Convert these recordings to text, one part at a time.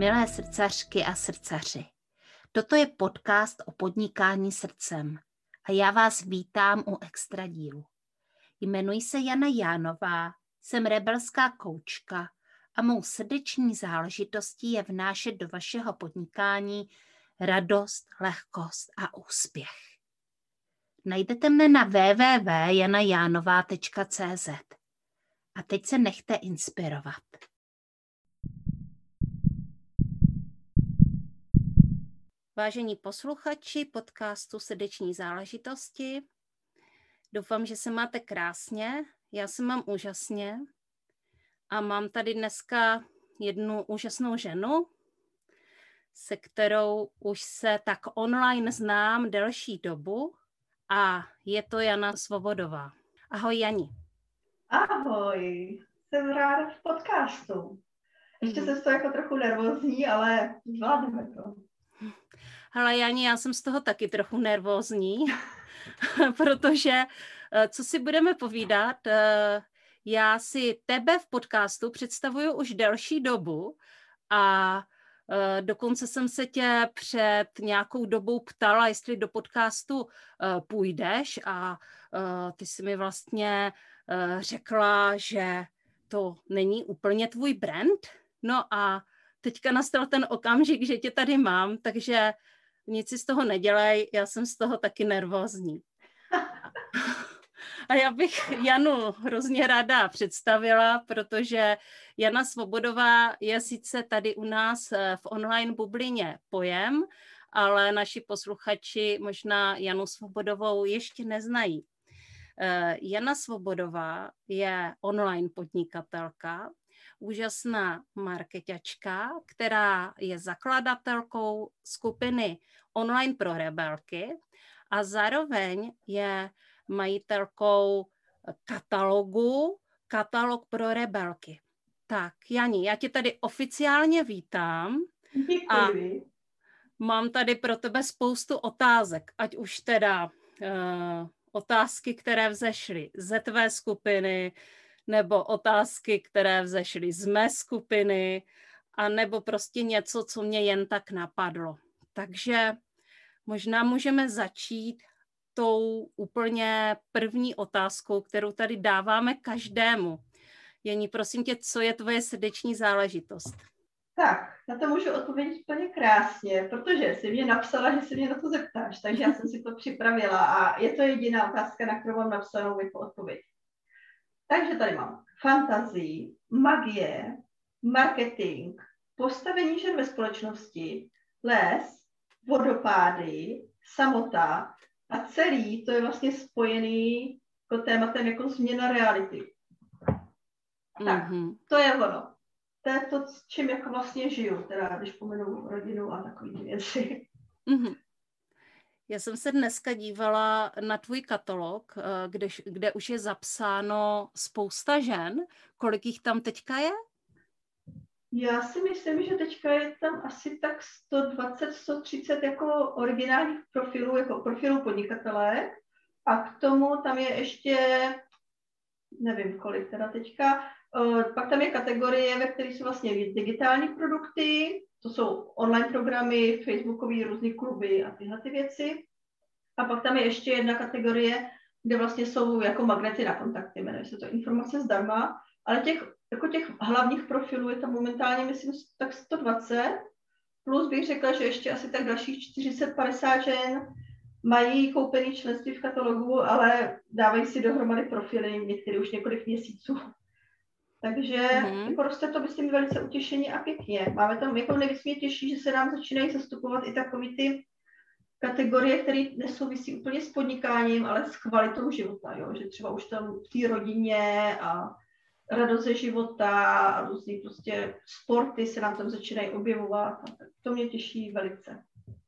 Milé srdcařky a srdcaři, toto je podcast o podnikání srdcem a já vás vítám u extra dílu. Jmenuji se Jana Jánová, jsem rebelská koučka a mou srdeční záležitostí je vnášet do vašeho podnikání radost, lehkost a úspěch. Najdete mne na www.janajanova.cz a teď se nechte inspirovat. Vážení posluchači podcastu Srdeční záležitosti, doufám, že se máte krásně, já se mám úžasně a mám tady dneska jednu úžasnou ženu, se kterou už se tak online znám delší dobu a je to Jana Svobodová. Ahoj Jani. Ahoj, jsem ráda v podcastu. Ještě jsem z toho jako trochu nervózní, ale zvládneme to. Hele Jani, já jsem z toho taky trochu nervózní, protože co si budeme povídat, já si tebe v podcastu představuju už delší dobu a dokonce jsem se tě před nějakou dobou ptala, jestli do podcastu půjdeš a ty jsi mi vlastně řekla, že to není úplně tvůj brand. No a teďka nastal ten okamžik, že tě tady mám, takže nic si z toho nedělej, já jsem z toho taky nervózní. A já bych Janu hrozně ráda představila, protože Jana Svobodová je sice tady u nás v online bublině pojem, ale naši posluchači možná Janu Svobodovou ještě neznají. Jana Svobodová je online podnikatelka, úžasná marketačka, která je zakladatelkou skupiny Online pro rebelky a zároveň je majitelkou katalogu Katalog pro rebelky. Tak, Jani, já tě tady oficiálně vítám. Děkuji. A mám tady pro tebe spoustu otázek, ať už teda otázky, které vzešly ze tvé skupiny, nebo otázky, které vzešly z mé skupiny, a nebo prostě něco, co mě jen tak napadlo. Takže možná můžeme začít tou úplně první otázkou, kterou tady dáváme každému. Jani, prosím tě, co je tvoje srdeční záležitost? Tak, na to můžu odpovědět úplně krásně, protože jsi mě napsala, že se mě na to zeptáš, takže já jsem si to připravila a je to jediná otázka, na kterou mám napsanou jako odpověď. Takže tady mám fantazii, magie, marketing, postavení žen ve společnosti, les, vodopády, samota a celý to je vlastně spojený jako tématem jako změna reality. Tak, to je ono. To je to, s čím jako vlastně žiju, teda když pomenu rodinu a takové věci. Já jsem se dneska dívala na tvůj katalog, kde už je zapsáno spousta žen. Kolik jich tam teďka je? Já si myslím, že teďka je tam asi tak 120-130 jako originálních profilů, jako profilů podnikatelé. A k tomu tam je ještě, nevím kolik teda teďka, pak tam je kategorie, ve které jsou vlastně digitální produkty, to jsou online programy, facebookové různý kluby a tyhle ty věci. A pak tam je ještě jedna kategorie, kde vlastně jsou jako magnety na kontakty, jmenuje se to informace zdarma, ale těch hlavních profilů je tam momentálně, myslím, tak 120, plus bych řekla, že ještě asi tak dalších 450 žen mají koupený členství v katalogu, ale dávají si dohromady profily některé už několik měsíců. Takže jako roste to, myslím, velice utěšení a pěkně. Máme tam, jako nejvíc mě těší, že se nám začínají zastupovat i takový ty kategorie, které nesouvisí úplně s podnikáním, ale s kvalitou života, jo? Že třeba už tam v té rodině a radost ze života a různý prostě sporty se nám tam začínají objevovat. A to mě těší velice.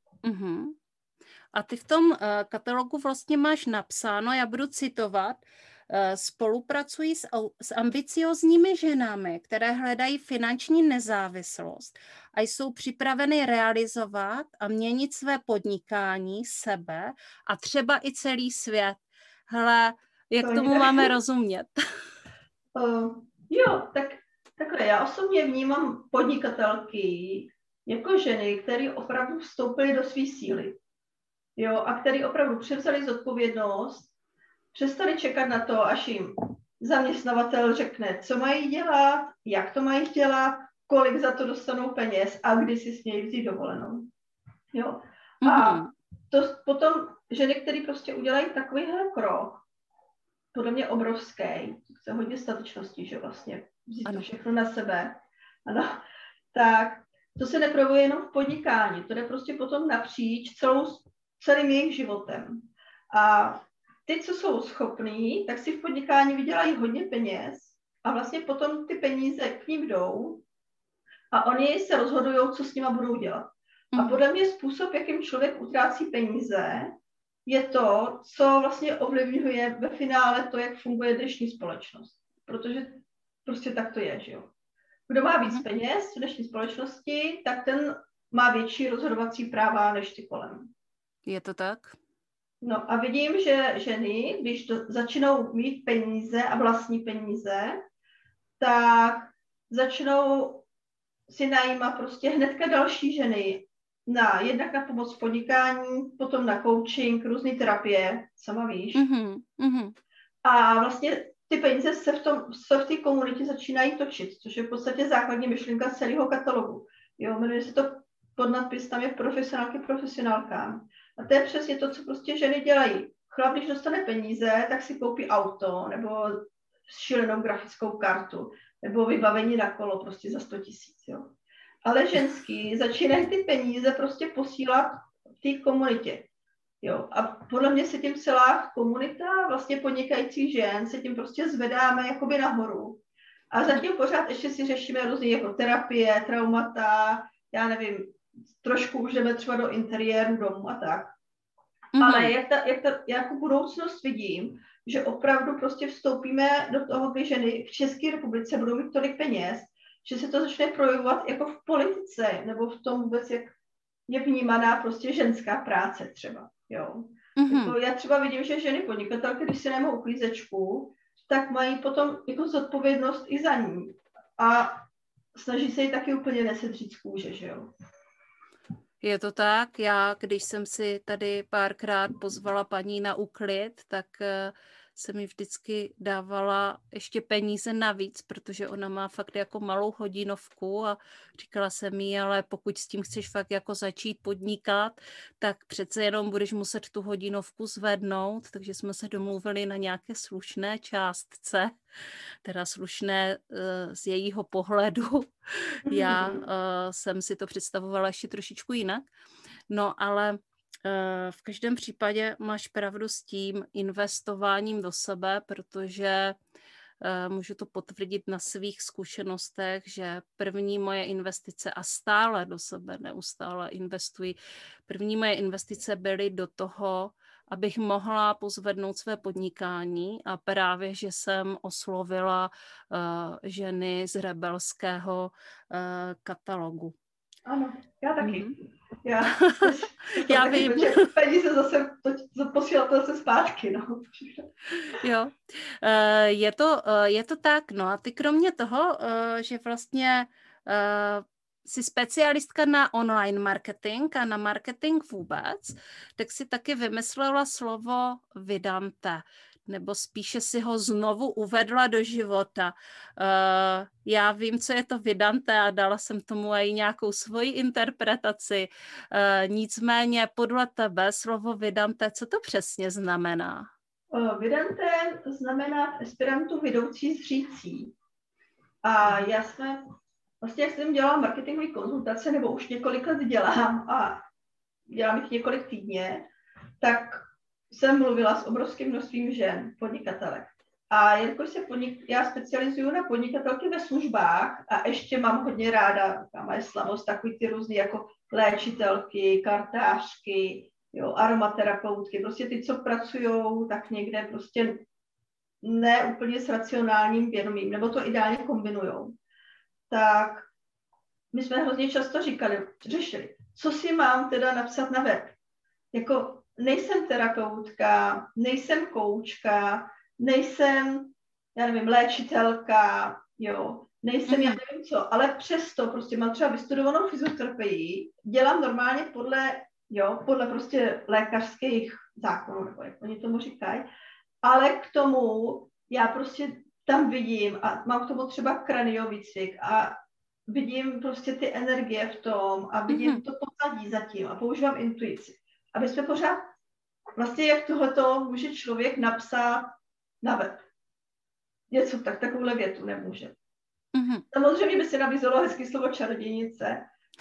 A ty v tom katalogu vlastně máš napsáno, já budu citovat, spolupracují s ambiciózními ženami, které hledají finanční nezávislost a jsou připraveny realizovat a měnit své podnikání, sebe a třeba i celý svět. Hele, jak tomu máme rozumět? Jo, tak takhle, já osobně vnímám podnikatelky jako ženy, které opravdu vstoupily do své síly, jo, a které opravdu převzali zodpovědnost, přestali čekat na to, až jim zaměstnavatel řekne, co mají dělat, jak to mají dělat, kolik za to dostanou peněz a kdy si smějí vzít dovolenou. Jo. A to potom ženy, které prostě udělají takovýhle krok, podle mě obrovský, to je hodně statečností, že vlastně vzít to všechno na sebe, ano, tak to se neprojevuje jenom v podnikání, to jde prostě potom napříč celým jejich životem. A ty, co jsou schopní, tak si v podnikání vydělají hodně peněz a vlastně potom ty peníze k ním jdou a oni se rozhodují, co s nima budou dělat. A podle mě způsob, jakým člověk utrácí peníze, je to, co vlastně ovlivňuje ve finále to, jak funguje dnešní společnost. Protože prostě tak to je, že jo. Kdo má víc peněz v dnešní společnosti, tak ten má větší rozhodovací práva než ty kolem. Je to tak? No a vidím, že ženy, když začnou mít peníze a vlastní peníze, tak začnou si najímat prostě hnedka další ženy jednak na pomoc v podnikání, potom na coaching, různé terapie, sama víš. A vlastně ty peníze se v té komunitě začínají točit, což je v podstatě základní myšlenka celého katalogu. Jo, jmenuje se to pod nadpis, tam je profesionálky profesionálkám. A to je přesně to, co prostě ženy dělají. Chlap, když dostane peníze, tak si koupí auto, nebo šílenou grafickou kartu, nebo vybavení na kolo prostě za 100 000, jo. Ale ženský začínají ty peníze prostě posílat v té komunitě. Jo. A podle mě se tím celá komunita vlastně podnikajících žen se tím prostě zvedáme jakoby nahoru. A zatím pořád ještě si řešíme různé jako terapie, traumata, já nevím, trošku už jdeme třeba do interiéru domu a tak. Ale jak jako budoucnost vidím, že opravdu prostě vstoupíme do toho, kdy ženy v České republice budou mít tolik peněz, že se to začne projevovat jako v politice, nebo v tom vůbec, jak je vnímaná prostě ženská práce třeba, jo. Jako já třeba vidím, že ženy podnikatelky, když si najmou uklízečku, tak mají potom jako zodpovědnost i za ní. A snaží se ji taky úplně nesedřít z kůže, že jo. Je to tak, já když jsem si tady párkrát pozvala paní na úklid, tak jsem mi vždycky dávala ještě peníze navíc, protože ona má fakt jako malou hodinovku a říkala jsem jí, ale pokud s tím chceš fakt jako začít podnikat, tak přece jenom budeš muset tu hodinovku zvednout, takže jsme se domluvili na nějaké slušné částce, teda slušné z jejího pohledu. Já jsem si to představovala ještě trošičku jinak, no ale v každém případě máš pravdu s tím investováním do sebe, protože můžu to potvrdit na svých zkušenostech, že první moje investice a stále do sebe neustále investuji. První moje investice byly do toho, abych mohla pozvednout své podnikání a právě, že jsem oslovila ženy z rebelského katalogu. Ano, já taky. Já vím. Peníze zase posílat to zase zpátky, no. Jo, je to tak, no a ty kromě toho, že vlastně jsi specialistka na online marketing a na marketing vůbec, tak si taky vymyslela slovo Vidante, nebo spíše si ho znovu uvedla do života. Já vím, co je to Vidante a dala jsem tomu i nějakou svoji interpretaci. Nicméně podle tebe slovo Vidante, co to přesně znamená? Vidante znamená v esperantu vidoucí zřící. A já vlastně, jak jsem dělala marketingové konzultace, nebo už několik let dělám a dělám jich několik týdně, tak jsem mluvila s obrovským množstvím žen, podnikatelek. A jelikož já specializuju na podnikatelky ve službách a ještě mám hodně ráda, tam je slavost, takový ty různý jako léčitelky, kartářky, jo, aromaterapeutky, prostě ty, co pracujou tak někde prostě ne úplně s racionálním vědomím, nebo to ideálně kombinujou. Tak my jsme hrozně často řešili, co si mám teda napsat na web. Jako nejsem terapeutka, nejsem koučka, nejsem, já nevím, léčitelka, jo. nejsem, já nevím co, ale přesto prostě mám třeba vystudovanou fyzioterapii, dělám normálně podle prostě lékařských zákonů, nebo jak oni tomu říkají, ale k tomu já prostě tam vidím a mám k tomu třeba kraniovýcvik a vidím prostě ty energie v tom a vidím to pozadí zatím a používám intuici. Aby jsme pořád, vlastně jak tohleto může člověk napsat na web. Něco takovouhle větu nemůže. Samozřejmě by se nabízelo hezký slovo čarodějnice,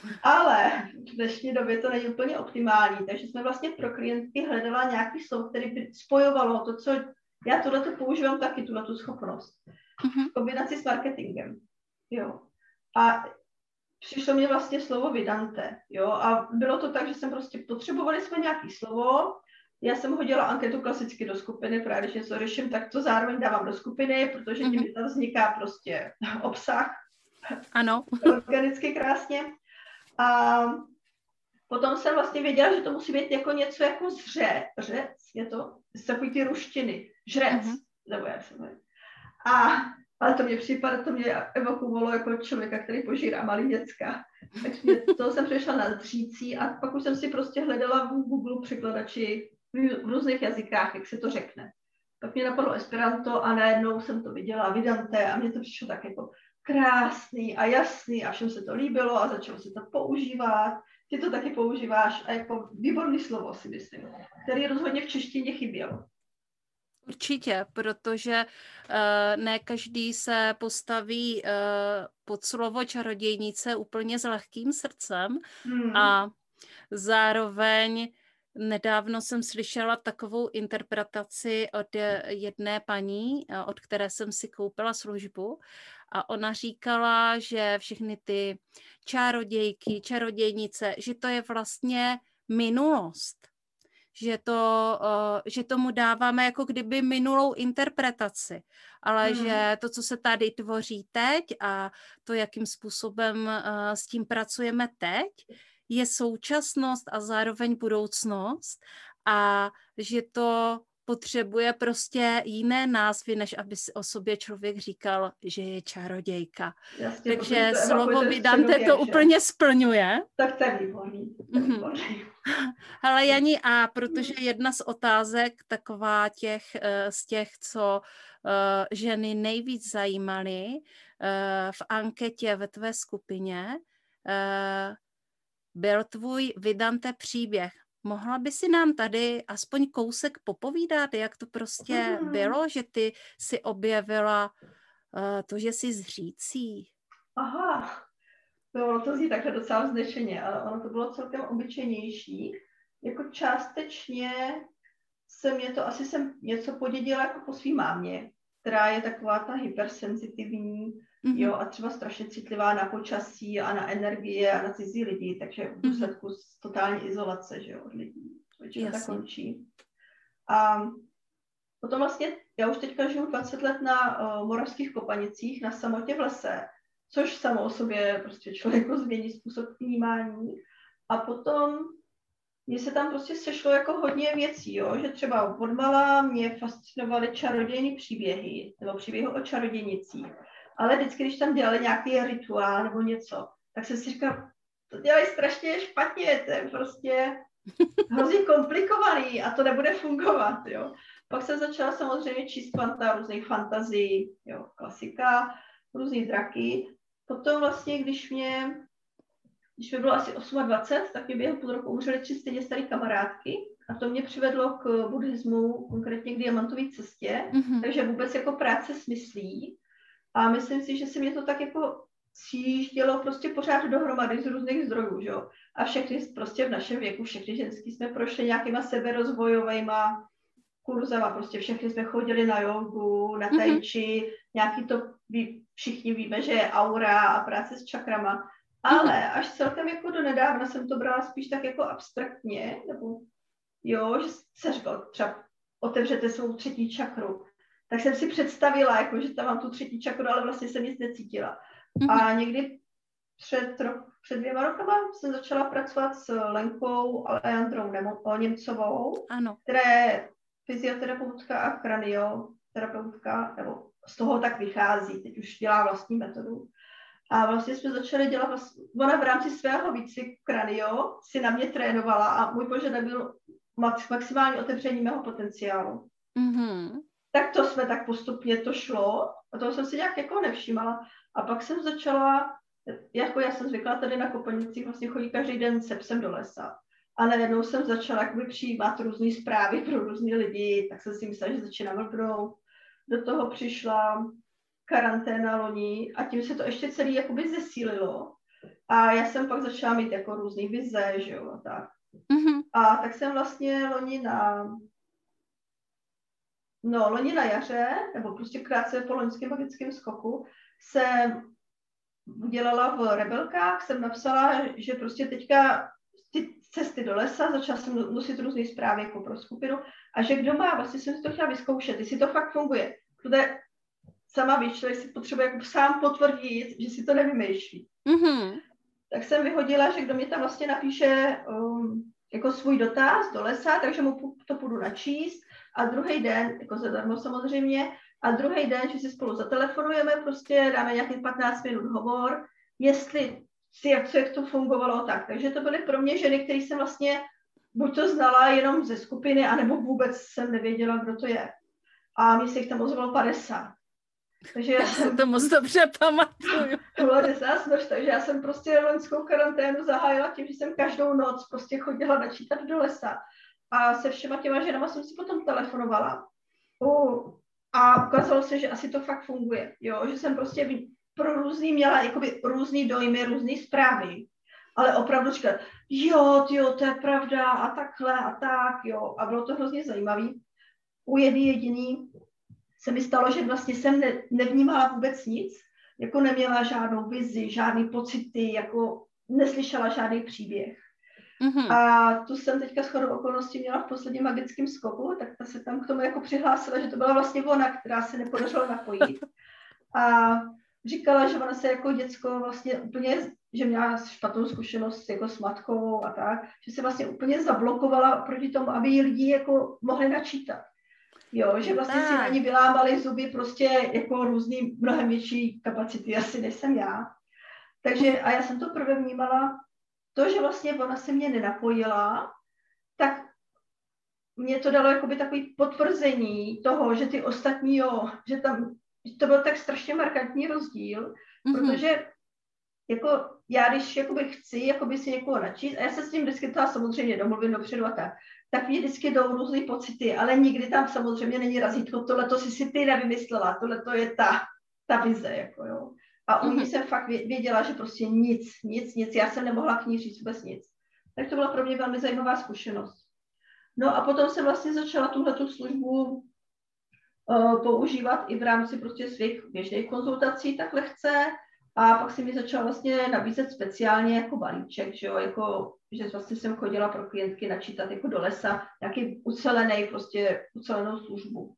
ale v dnešní době to není úplně optimální, takže jsme vlastně pro klientky hledala nějaký slovo, který by spojovalo to, co já tohleto používám taky, tuhletu schopnost. V kombinaci s marketingem. Jo. A přišlo mě vlastně slovo Vidante. Jo. A bylo to tak, že jsem prostě potřebovali jsme nějaký slovo. Já jsem hodila anketu klasicky do skupiny, právě když něco řeším, tak to zároveň dávám do skupiny, protože tím tam vzniká prostě obsah. Ano. Organicky krásně. A potom jsem vlastně věděla, že to musí být jako něco jako řec, je to takový ty ruštiny, žrec, nebo jak se jmenuje. Ale to mě evokovalo jako člověka, který požírá malý děcka. Takže toho jsem přešla na dřící a pak už jsem si prostě hledala v Google překladači v různých jazykách, jak se to řekne. Pak mě napadlo Esperanto a najednou jsem to viděla Vidante a mně to přišlo tak jako krásný a jasný a všem se to líbilo a začalo se to používat. Ty to taky používáš a jako výborný slovo si myslím, který rozhodně v češtině chybělo. Určitě, protože ne každý se postaví pod slovo čarodějnice úplně s lehkým srdcem a zároveň nedávno jsem slyšela takovou interpretaci od jedné paní, od které jsem si koupila službu a ona říkala, že všechny ty čarodějky, čarodějnice, že to je vlastně minulost. Že tomu dáváme jako kdyby minulou interpretaci, ale že to, co se tady tvoří teď a to, jakým způsobem s tím pracujeme teď, je současnost a zároveň budoucnost a že to potřebuje prostě jiné názvy, než aby si o sobě člověk říkal, že je čarodějka. Jasně, takže slovo Vidante to úplně splňuje. Tak to je výborný. Hele Jani, a protože jedna z otázek taková z těch, co ženy nejvíc zajímaly v anketě ve tvé skupině, byl tvůj Vidante příběh. Mohla by si nám tady aspoň kousek popovídat, jak to prostě bylo, že ty si objevila to, že jsi z Řící? Aha, to zní takhle docela vznešeně, ale ono to bylo celkem obyčejnější. Jako částečně jsem něco podědila jako po svý mámě, která je taková ta hypersenzitivní, jo, a třeba strašně citlivá na počasí a na energie a na cizí lidi, takže v důsledku totální izolace, že jo, od lidí. Většinou tak končí. A potom vlastně, já už teďka žiju 20 let na Moravských Kopanicích, na samotě v lese, což samo o sobě prostě člověku změní způsob vnímání. A potom mně se tam prostě sešlo jako hodně věcí, jo? Že třeba odmala mě fascinovaly čarodějní příběhy, nebo příběhy o čarodějnicích. Ale vždycky, když tam dělali nějaký rituál nebo něco, tak jsem si říkala, to dělají strašně špatně, to je prostě hrozně komplikovaný a to nebude fungovat, jo. Pak jsem začala samozřejmě číst různých fantazií, jo, klasika, různý draky. Potom vlastně, když mi bylo asi 28, tak mě během půl roku umřely 3 stejně staré kamarádky a to mě přivedlo k buddhismu, konkrétně k diamantové cestě, takže vůbec jako práce s myslí. A myslím si, že se mě to tak jako sjíždělo prostě pořád dohromady z různých zdrojů, že jo. A všechny prostě v našem věku, všechny ženský jsme prošli nějakýma seberozvojovejma kurzama, prostě všechny jsme chodili na jogu, na tai chi, nějaký to všichni víme, že je aura a práce s čakrama. Ale až celkem jako do nedávna jsem to brala spíš tak jako abstraktně, nebo jo, že se říkalo, třeba otevřete svou 3. čakru. Tak jsem si představila, jako, že tam mám tu 3. čakru, ale vlastně jsem nic necítila. A někdy před 2 rokama jsem začala pracovat s Lenkou Alejandrou Němcovou, která je fyzioterapeutka a kranioterapeutka, nebo z toho tak vychází, teď už dělá vlastní metodu. A vlastně jsme začali dělat, ona v rámci svého výcviku Kranio si na mě trénovala a můj požadavek byl maximální otevření mého potenciálu. Mm-hmm. Tak to jsme tak postupně to šlo a toho jsem si nějak jako nevšímala. A pak jsem začala, jako já jsem zvyklá tady na Kopanicích, vlastně chodí každý den se psem do lesa. A najednou jsem začala jakoby přijímat různé zprávy pro různé lidi, tak jsem si myslela, že začínám vlbnout. Do toho přišla karanténa loni a tím se to ještě celý jakoby zesílilo. A já jsem pak začala mít jako různý vize, že jo, a tak. Mm-hmm. A tak jsem vlastně loni na jaře, nebo prostě krátce po loňském magickém skoku, jsem udělala v Rebelkách, jsem napsala, že prostě teďka ty cesty do lesa, začala jsem nosit různé zprávy jako pro skupinu a že kdo má, vlastně jsem si to chtěla vyzkoušet, jestli to fakt funguje. Protože sama víš, člověk si potřebuje jako sám potvrdit, že si to nevymýšlí. Mm-hmm. Tak jsem vyhodila, že kdo mě tam vlastně napíše jako svůj dotaz do lesa, takže mu to půjdu načíst a druhý den, jako zadarmo samozřejmě, a druhý den, že si spolu zatelefonujeme, prostě dáme nějakých 15 minut hovor, jestli jak to fungovalo tak. Takže to byly pro mě ženy, které jsem vlastně buď to znala jenom ze skupiny, anebo vůbec jsem nevěděla, kdo to je. A mě se jich tam ozvalo 50. Takže já jsem to moc dobře pamatuju. To bylo desásnož, takže já jsem prostě loňskou karanténu zahájila tím, že jsem každou noc prostě chodila načítat do lesa. A se všema těma ženama jsem si potom telefonovala. A ukázalo se, že asi to fakt funguje. Jo? Že jsem prostě pro různý měla jakoby různý dojmy, různý zprávy. Ale opravdu říkat, jo, to je pravda a takhle a tak, jo. A bylo to hrozně zajímavý. U jediný se mi stalo, že vlastně jsem nevnímala vůbec nic, jako neměla žádnou vizi, žádný pocity, jako neslyšela žádný příběh. Mm-hmm. A tu jsem teďka shodou okolností měla v posledním magickém skoku, tak ta se tam k tomu jako přihlásila, že to byla vlastně ona, která se nepodařila napojit. A říkala, že ona se jako děcko vlastně úplně, že měla špatnou zkušenost jako s matkou a tak, že se vlastně úplně zablokovala proti tomu, aby ji lidi jako mohli načítat. Jo, že vlastně si na ní vylámali zuby prostě jako různý, mnohem větší kapacity asi než jsem já. Takže a já jsem to prvé vnímala, to, že vlastně ona se mě nenapojila, tak mě to dalo jakoby takový potvrzení toho, že ty ostatní, jo, že tam, to byl tak strašně markantní rozdíl, protože jako já, když jakoby chci jakoby si někoho načíst, a já se s tím vždycky toho samozřejmě domluvím dopředu a tak mě vždycky jdou různý pocity, ale nikdy tam samozřejmě není razítko, tohleto si ty nevymyslela, tohleto je ta vize, jako jo. A u ní jsem fakt věděla, že prostě nic, já jsem nemohla k ní říct vůbec nic. Tak to byla pro mě velmi zajímavá zkušenost. No a potom jsem vlastně začala tuhletu službu používat i v rámci prostě svých běžných konzultací tak lehce. A pak si mi začala vlastně nabízet speciálně jako balíček, že jo, jako, že vlastně jsem chodila pro klientky načítat jako do lesa, nějaký ucelenou službu.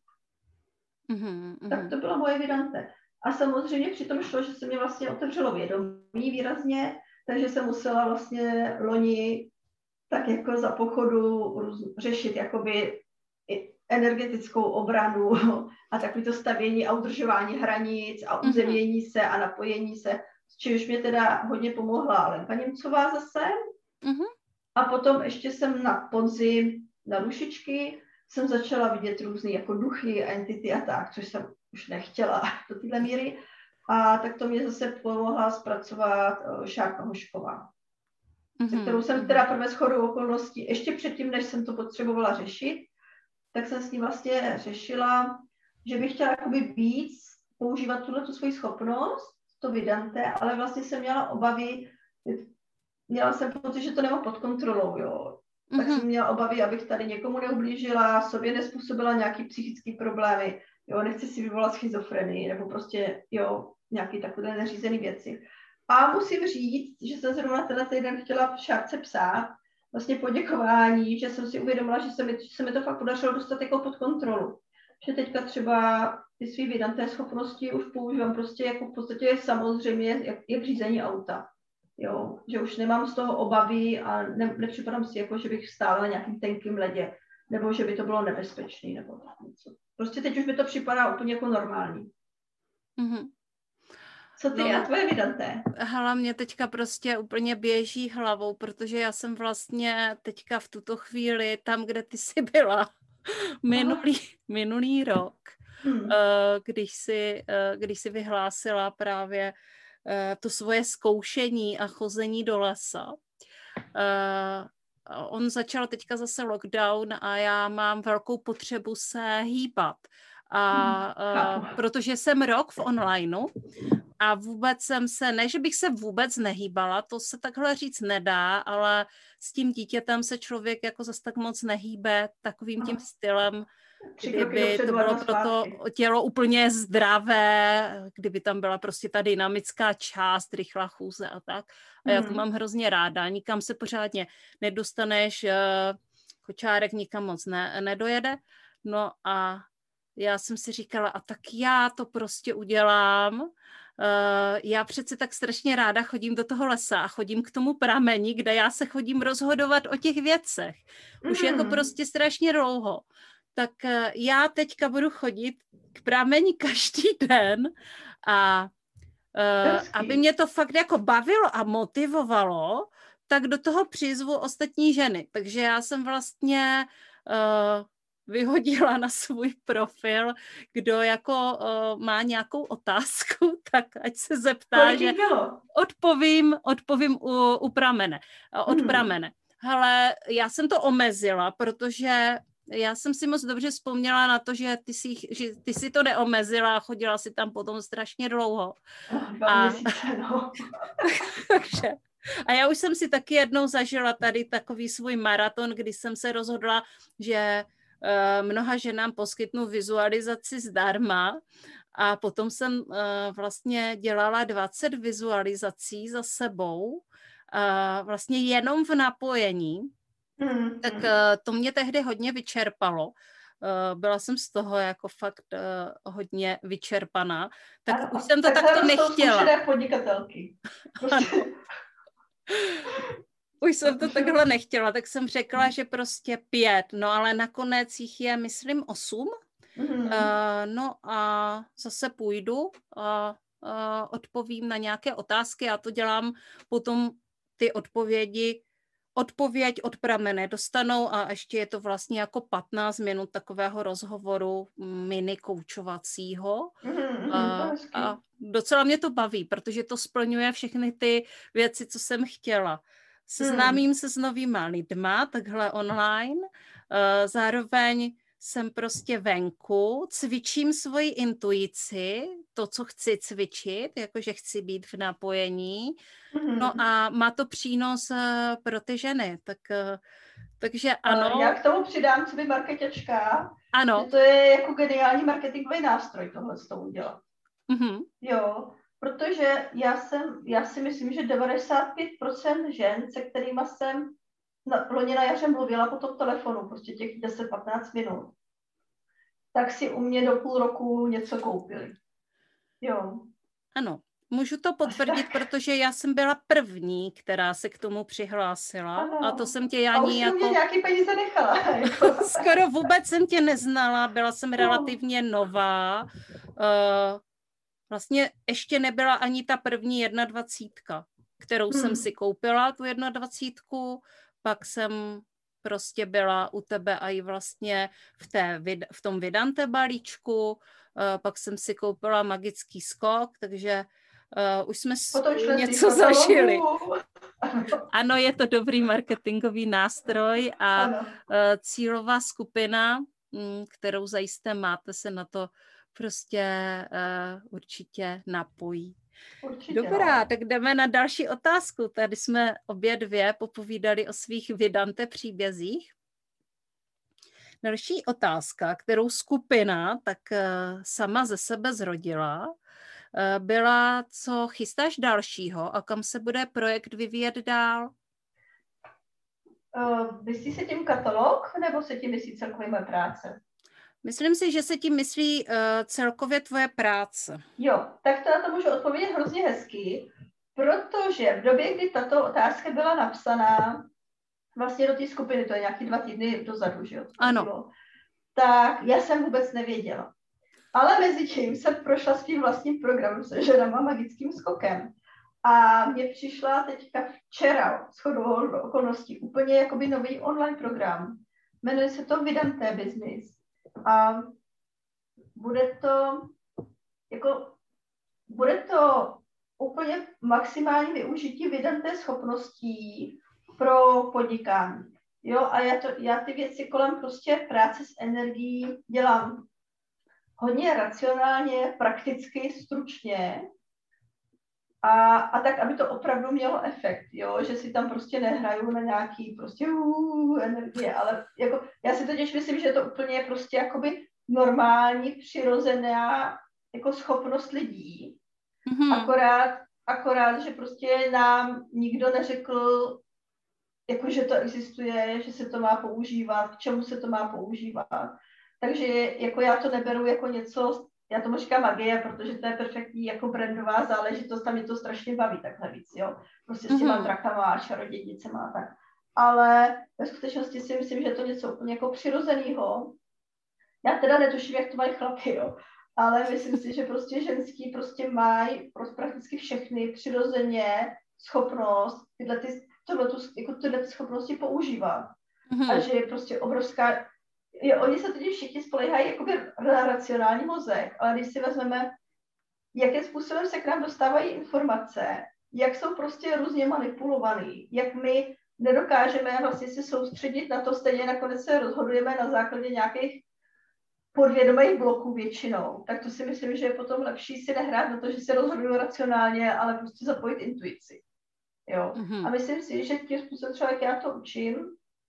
Tak to bylo moje Vidante. A samozřejmě přitom šlo, že se mi vlastně otevřelo vědomí výrazně, takže jsem musela vlastně loni tak jako za pochodu řešit jakoby energetickou obranu a takový to stavění a udržování hranic a uzemnění se a napojení se, s čímž mě teda hodně pomohla Lenka Němcová zase. A potom ještě jsem na podzim, na dušičky, jsem začala vidět různý jako duchy, entity a tak, což jsem už nechtěla do téhle míry. A tak to mě zase pomohla zpracovat Šárka Hošková, se kterou jsem teda prvé shodou okolností, ještě předtím, než jsem to potřebovala řešit, tak jsem s ní vlastně řešila, že bych chtěla jakoby víc používat tu svoji schopnost, to Vidante, ale vlastně jsem měla obavy, měla jsem pocit, že to nemám pod kontrolou, jo. Tak jsem měla obavy, abych tady někomu neublížila, sobě nezpůsobila nějaký psychický problémy, jo, nechci si vyvolat schizofrenii, nebo prostě, jo, nějaký takové neřízené věci. A musím říct, že jsem zrovna tenhle týden chtěla v Šárce psát, vlastně poděkování, že jsem si uvědomila, že se mi to fakt podařilo dostat jako pod kontrolu. Že teďka třeba ty svý Vidante schopnosti už používám prostě jako v podstatě samozřejmě jak řízení auta. Jo, že už nemám z toho obavy a nepřipadám si jako, že bych stála na nějakým tenkým ledě, nebo že by to bylo nebezpečné, nebo tak něco. Prostě teď už mi to připadá úplně jako normální. Co ty a tvoje vydanté? Hele, mě teďka prostě úplně běží hlavou, protože já jsem vlastně teďka v tuto chvíli tam, kde ty jsi byla minulý rok, když jsi vyhlásila právě to svoje zkoušení a chození do lesa. On začal teďka zase lockdown a já mám velkou potřebu se hýbat. Protože jsem rok v onlineu a vůbec jsem se, ne, že bych se vůbec nehýbala, to se takhle říct nedá, ale s tím dítětem se člověk jako zase tak moc nehýbe takovým tím stylem, kdyby to bylo pro to tělo úplně zdravé, kdyby tam byla prostě ta dynamická část, rychlá chůze a tak. A já to mám hrozně ráda, nikam se pořádně nedostaneš, kočárek nikam moc nedojede. No a já jsem si říkala, a tak já to prostě udělám. Já přece tak strašně ráda chodím do toho lesa a chodím k tomu prameni, kde já se chodím rozhodovat o těch věcech. Už jako prostě strašně dlouho. Tak já teďka budu chodit k prameni každý den a aby mě to fakt jako bavilo a motivovalo, tak do toho přizvu ostatní ženy. Takže já jsem vlastně vyhodila na svůj profil, kdo jako má nějakou otázku, tak ať se zeptá, že odpovím u pramene, od pramene. Hele, já jsem to omezila, protože já jsem si moc dobře vzpomněla na to, že ty si to neomezila a chodila si tam potom strašně dlouho. 2 měsíce, no. Takže a já už jsem si taky jednou zažila tady takový svůj maraton, kdy jsem se rozhodla, že mnoha ženám poskytnu vizualizaci zdarma a potom jsem vlastně dělala 20 vizualizací za sebou, vlastně jenom v napojení, tak to mě tehdy hodně vyčerpalo. Byla jsem z toho jako fakt hodně vyčerpaná, tak ano, už jsem to takto nechtěla. Zkušené podnikatelky. Prostě. Už jsem to takhle nechtěla, tak jsem řekla, že prostě 5, no ale nakonec jich je, myslím, 8. No a zase půjdu a odpovím na nějaké otázky. Já to dělám potom ty odpověď od pramene dostanou a ještě je to vlastně jako 15 minut takového rozhovoru mini koučovacího. A docela mě to baví, protože to splňuje všechny ty věci, co jsem chtěla. Seznámím se s novýma lidma, takhle online, zároveň jsem prostě venku, cvičím svoji intuici, to, co chci cvičit, jakože chci být v napojení, no a má to přínos pro ty ženy, takže ano. Já k tomu přidám, co by marketačka, ano. Že to je jako geniální marketingový nástroj tohle s tou udělat. Jo, protože já si myslím, že 95% žen, se kterými jsem loni na jaře mluvila po tom telefonu, prostě těch 10-15 minut, tak si u mě do půl roku něco koupili. Jo. Ano, můžu to potvrdit, protože já jsem byla první, která se k tomu přihlásila. Ano. A to jsem tě a už jsem mě nějaký peníze nechala. Skoro vůbec jsem tě neznala, byla jsem relativně nová. Vlastně ještě nebyla ani ta první 21, kterou jsem si koupila, tu 21, pak jsem prostě byla u tebe a i vlastně v tom Vidante balíčku, pak jsem si koupila Magický skok, takže už jsme něco zažili. Ano, je to dobrý marketingový nástroj a cílová skupina, kterou zajisté máte, se na to prostě určitě napojí. Určitě, dobrá, tak jdeme na další otázku. Tady jsme obě dvě popovídali o svých Vidante příbězích. Další otázka, kterou skupina tak sama ze sebe zrodila, byla, co chystáš dalšího a kam se bude projekt vyvíjet dál? Myslí se tím katalog, nebo se tím myslí celkově moje práce? Myslím si, že se tím myslí celkově tvoje práce. Jo, tak to na to můžu odpovědět hrozně hezky, protože v době, kdy tato otázka byla napsaná vlastně do té skupiny, to je nějaký 2 týdny dozadu, že jo? Ano. Tak já jsem vůbec nevěděla. Ale mezi tím jsem prošla svým vlastním programem se ženama magickým skokem. A mně přišla teďka včera shodou okolností úplně jakoby nový online program. Jmenuje se to Vydanté business. A bude to úplně maximální využití vydanté schopností pro podnikání. Jo, a já ty věci kolem prostě práce s energií dělám hodně racionálně, prakticky, stručně a tak, aby to opravdu mělo efekt, jo, že si tam prostě nehraju na nějaký prostě energie, ale jako, já si totiž myslím, že to úplně prostě jakoby normální, přirozená jako schopnost lidí, akorát, že prostě nám nikdo neřekl, jako, že to existuje, že se to má používat, k čemu se to má používat. Takže jako já to neberu jako něco, já tomu říkám magie, protože to je perfektní jako brandová záležitost a mě to strašně baví takhle víc, jo. Prostě s těma drakama a čarodějnicema a tak. Ale ve skutečnosti si myslím, že je to něco úplně jako přirozenýho. Já teda netuším, jak to mají chlapi, jo. Ale myslím si, že prostě ženský prostě mají prakticky všechny přirozeně schopnost tyhle schopnosti používat. A že je prostě obrovská. Oni se totiž všichni spoléhají jakoby na racionální mozek, ale když si vezmeme, jakým způsobem se k nám dostávají informace, jak jsou prostě různě manipulovaný, jak my nedokážeme vlastně se soustředit na to, stejně nakonec se rozhodujeme na základě nějakých podvědomých bloků většinou, tak to si myslím, že je potom lepší si nehrát na to, že se rozhodují racionálně, ale prostě zapojit intuici. Jo? A myslím si, že tím způsobem třeba, jak já to učím,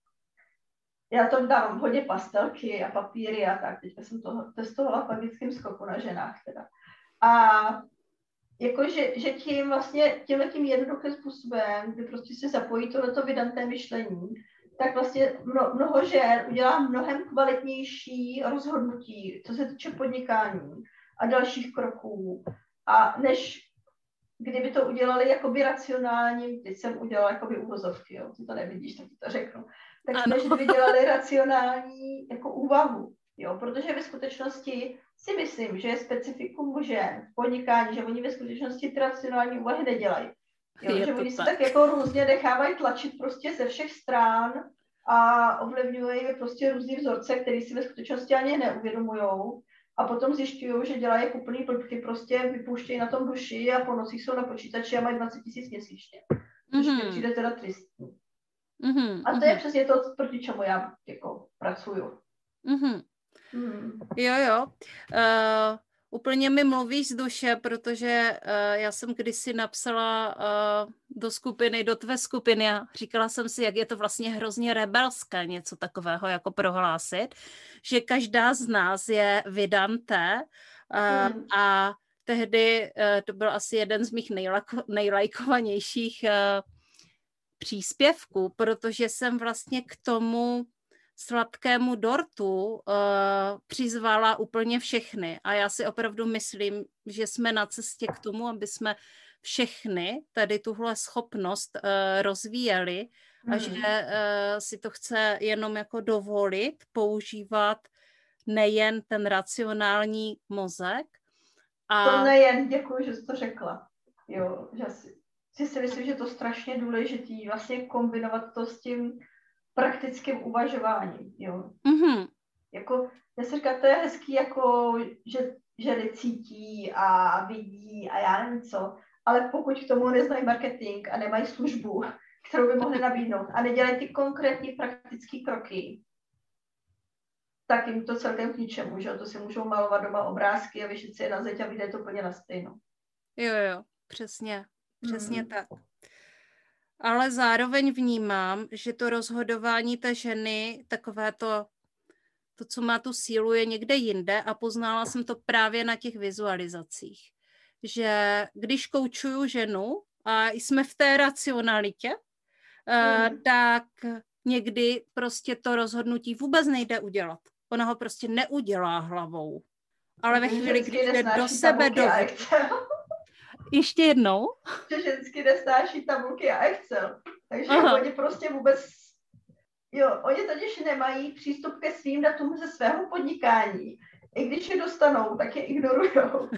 já tam dávám hodně pastelky a papíry a tak. Teďka jsem to testovala v magickém skoku na ženách teda. A jakože že tím vlastně tímhletím jednoduchým způsobem, kdy prostě se zapojí tohleto vydanté myšlení, tak vlastně mnoho žen udělá mnohem kvalitnější rozhodnutí, co se týče podnikání a dalších kroků. A než kdyby to udělali jakoby racionálním, teď jsem udělala jakoby uvozovky, jo, ty to nevidíš, tak ti to řeknu. Tak než by dělali racionální jako úvahu, jo, protože ve skutečnosti si myslím, že je specifikum žen v podnikání, že oni ve skutečnosti ty racionální úvahy nedělají. Jo, že oni se tak jako různě nechávají tlačit prostě ze všech stran a ovlivňují je prostě různý vzorce, který si ve skutečnosti ani neuvědomujou. A potom zjišťují, že dělají jako úplný blbky, prostě vypouštějí na tom duši a po nocích jsou na počítači a mají 20 000 měsíčně. Což mi přijde teda tristní. A to je přesně to, proti čemu já jako pracuju. Jo. Úplně mi mluvíš z duše, protože já jsem kdysi napsala do tvé skupiny a říkala jsem si, jak je to vlastně hrozně rebelské něco takového jako prohlásit, že každá z nás je vydanté a tehdy to byl asi jeden z mých nejlajkovanějších příspěvků, protože jsem vlastně k tomu sladkému dortu přizvala úplně všechny. A já si opravdu myslím, že jsme na cestě k tomu, aby jsme všechny tady tuhle schopnost rozvíjeli a že si to chce jenom jako dovolit používat nejen ten racionální mozek. To nejen, děkuji, že jsi to řekla. Jo, že si myslím, že to je strašně důležitý vlastně kombinovat to s tím praktickým uvažováním, jo. Jako, já si říkám, to je hezký, jako, že ženy cítí a vidí a já nevím co, ale pokud k tomu neznají marketing a nemají službu, kterou by mohli nabídnout a nedělají ty konkrétní praktické kroky, tak jim to celkem k ničemu, že to si můžou malovat doma obrázky a vyšit si je na zeď a vyjde to úplně na stejno. Jo, přesně tak. Ale zároveň vnímám, že to rozhodování té ženy, takové to, co má tu sílu, je někde jinde a poznala jsem to právě na těch vizualizacích. Že když koučuju ženu a jsme v té racionalitě, tak někdy prostě to rozhodnutí vůbec nejde udělat. Ona ho prostě neudělá hlavou. Ale ve chvíli, kdy jde do sebe Ještě jednou? Že žensky nesnáší tabulky a Excel. Takže oni prostě vůbec... Jo, oni totiž nemají přístup ke svým datům ze svého podnikání. i když je dostanou, tak je ignorujou.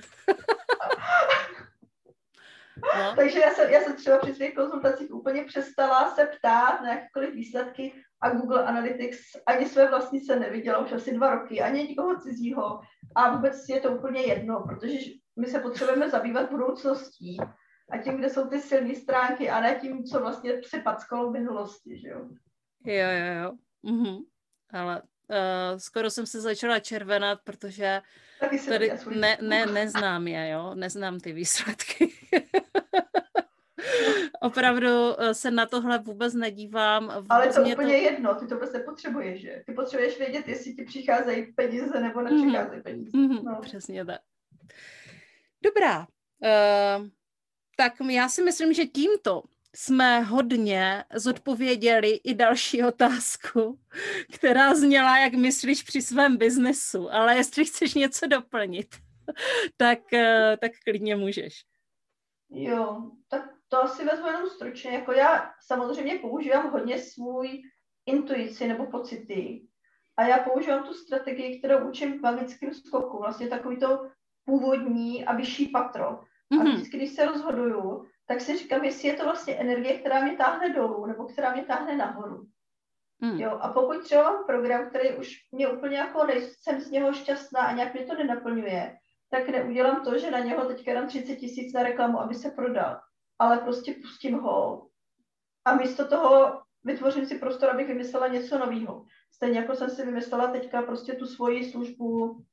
No. Takže já jsem třeba při svých konzultacích úplně přestala se ptát na jakékoliv výsledky a Google Analytics ani své vlastní se neviděla už asi 2 roky, ani nikoho cizího a vůbec je to úplně jedno, protože my se potřebujeme zabývat budoucností a tím, kde jsou ty silné stránky a ne tím, co vlastně přepackalo v minulosti, že jo. Jo. Ale skoro jsem se začala červenat, protože tady neznám je, jo, neznám ty výsledky. Opravdu se na tohle vůbec nedívám. Ale to úplně jedno, ty to prostě potřebuješ, že? Ty potřebuješ vědět, jestli ti přicházejí peníze nebo nepřicházejí peníze. No. Přesně tak. Dobrá. Tak já si myslím, že tímto jsme hodně zodpověděli i další otázku, která zněla, jak myslíš při svém biznesu, ale jestli chceš něco doplnit, tak klidně můžeš. Jo, tak to asi vezmu jenom stručně. Jako já samozřejmě používám hodně svůj intuici nebo pocity a já používám tu strategii, kterou učím v magickém skoku, vlastně takový to původní a vyšší patro. A vždycky, když se rozhoduju, tak si říkám, jestli je to vlastně energie, která mě táhne dolů, nebo která mě táhne nahoru. Jo, a pokud třeba mám program, který už mě úplně jako nejsem z něho šťastná a nějak mě to nenaplňuje, tak neudělám to, že na něho teďka dám 30 000 na reklamu, aby se prodal. Ale prostě pustím ho a místo toho vytvořím si prostor, abych vymyslela něco nového. Stejně jako jsem si vymyslela teďka prostě tu svoji službu,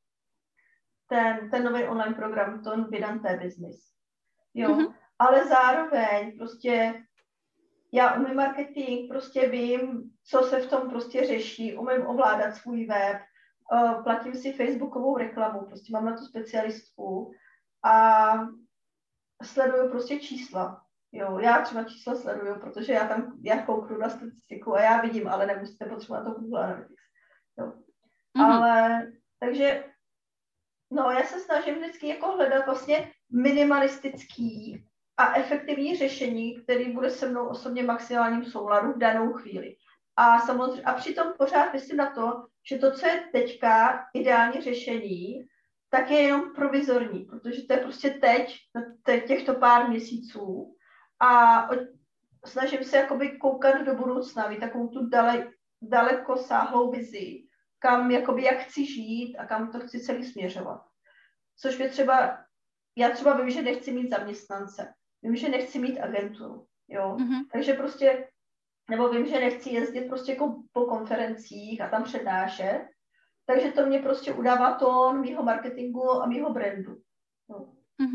ten nový online program, ten Vidante Business. Jo, ale zároveň prostě já umím marketing, prostě vím, co se v tom prostě řeší, umím ovládat svůj web, platím si facebookovou reklamu, prostě mám na to specialistku a sleduju prostě čísla. Jo, já třeba čísla sleduju, protože já kouknu na statistiku a já vidím, ale nemusíte potřebovat to Google Analytics. Jo. Ale, takže, no, já se snažím vždycky jako hledat vlastně minimalistický a efektivní řešení, který bude se mnou osobně maximálním souladu v danou chvíli. A samozřejmě, a přitom pořád myslím na to, že to, co je teďka ideální řešení, tak je jenom provizorní, protože to je prostě teď, těchto pár měsíců a snažím se jakoby koukat do budoucna, mít takovou tu dalekosáhlou vizi, kam jakoby jak chci žít a kam to chci celý směřovat. Což mě třeba, já třeba vím, že nechci mít zaměstnance, vím, že nechci mít agenturu, jo, takže prostě, nebo vím, že nechci jezdit prostě jako po konferencích a tam přednášet, takže to mě prostě udává tón mýho marketingu a mýho brandu. No.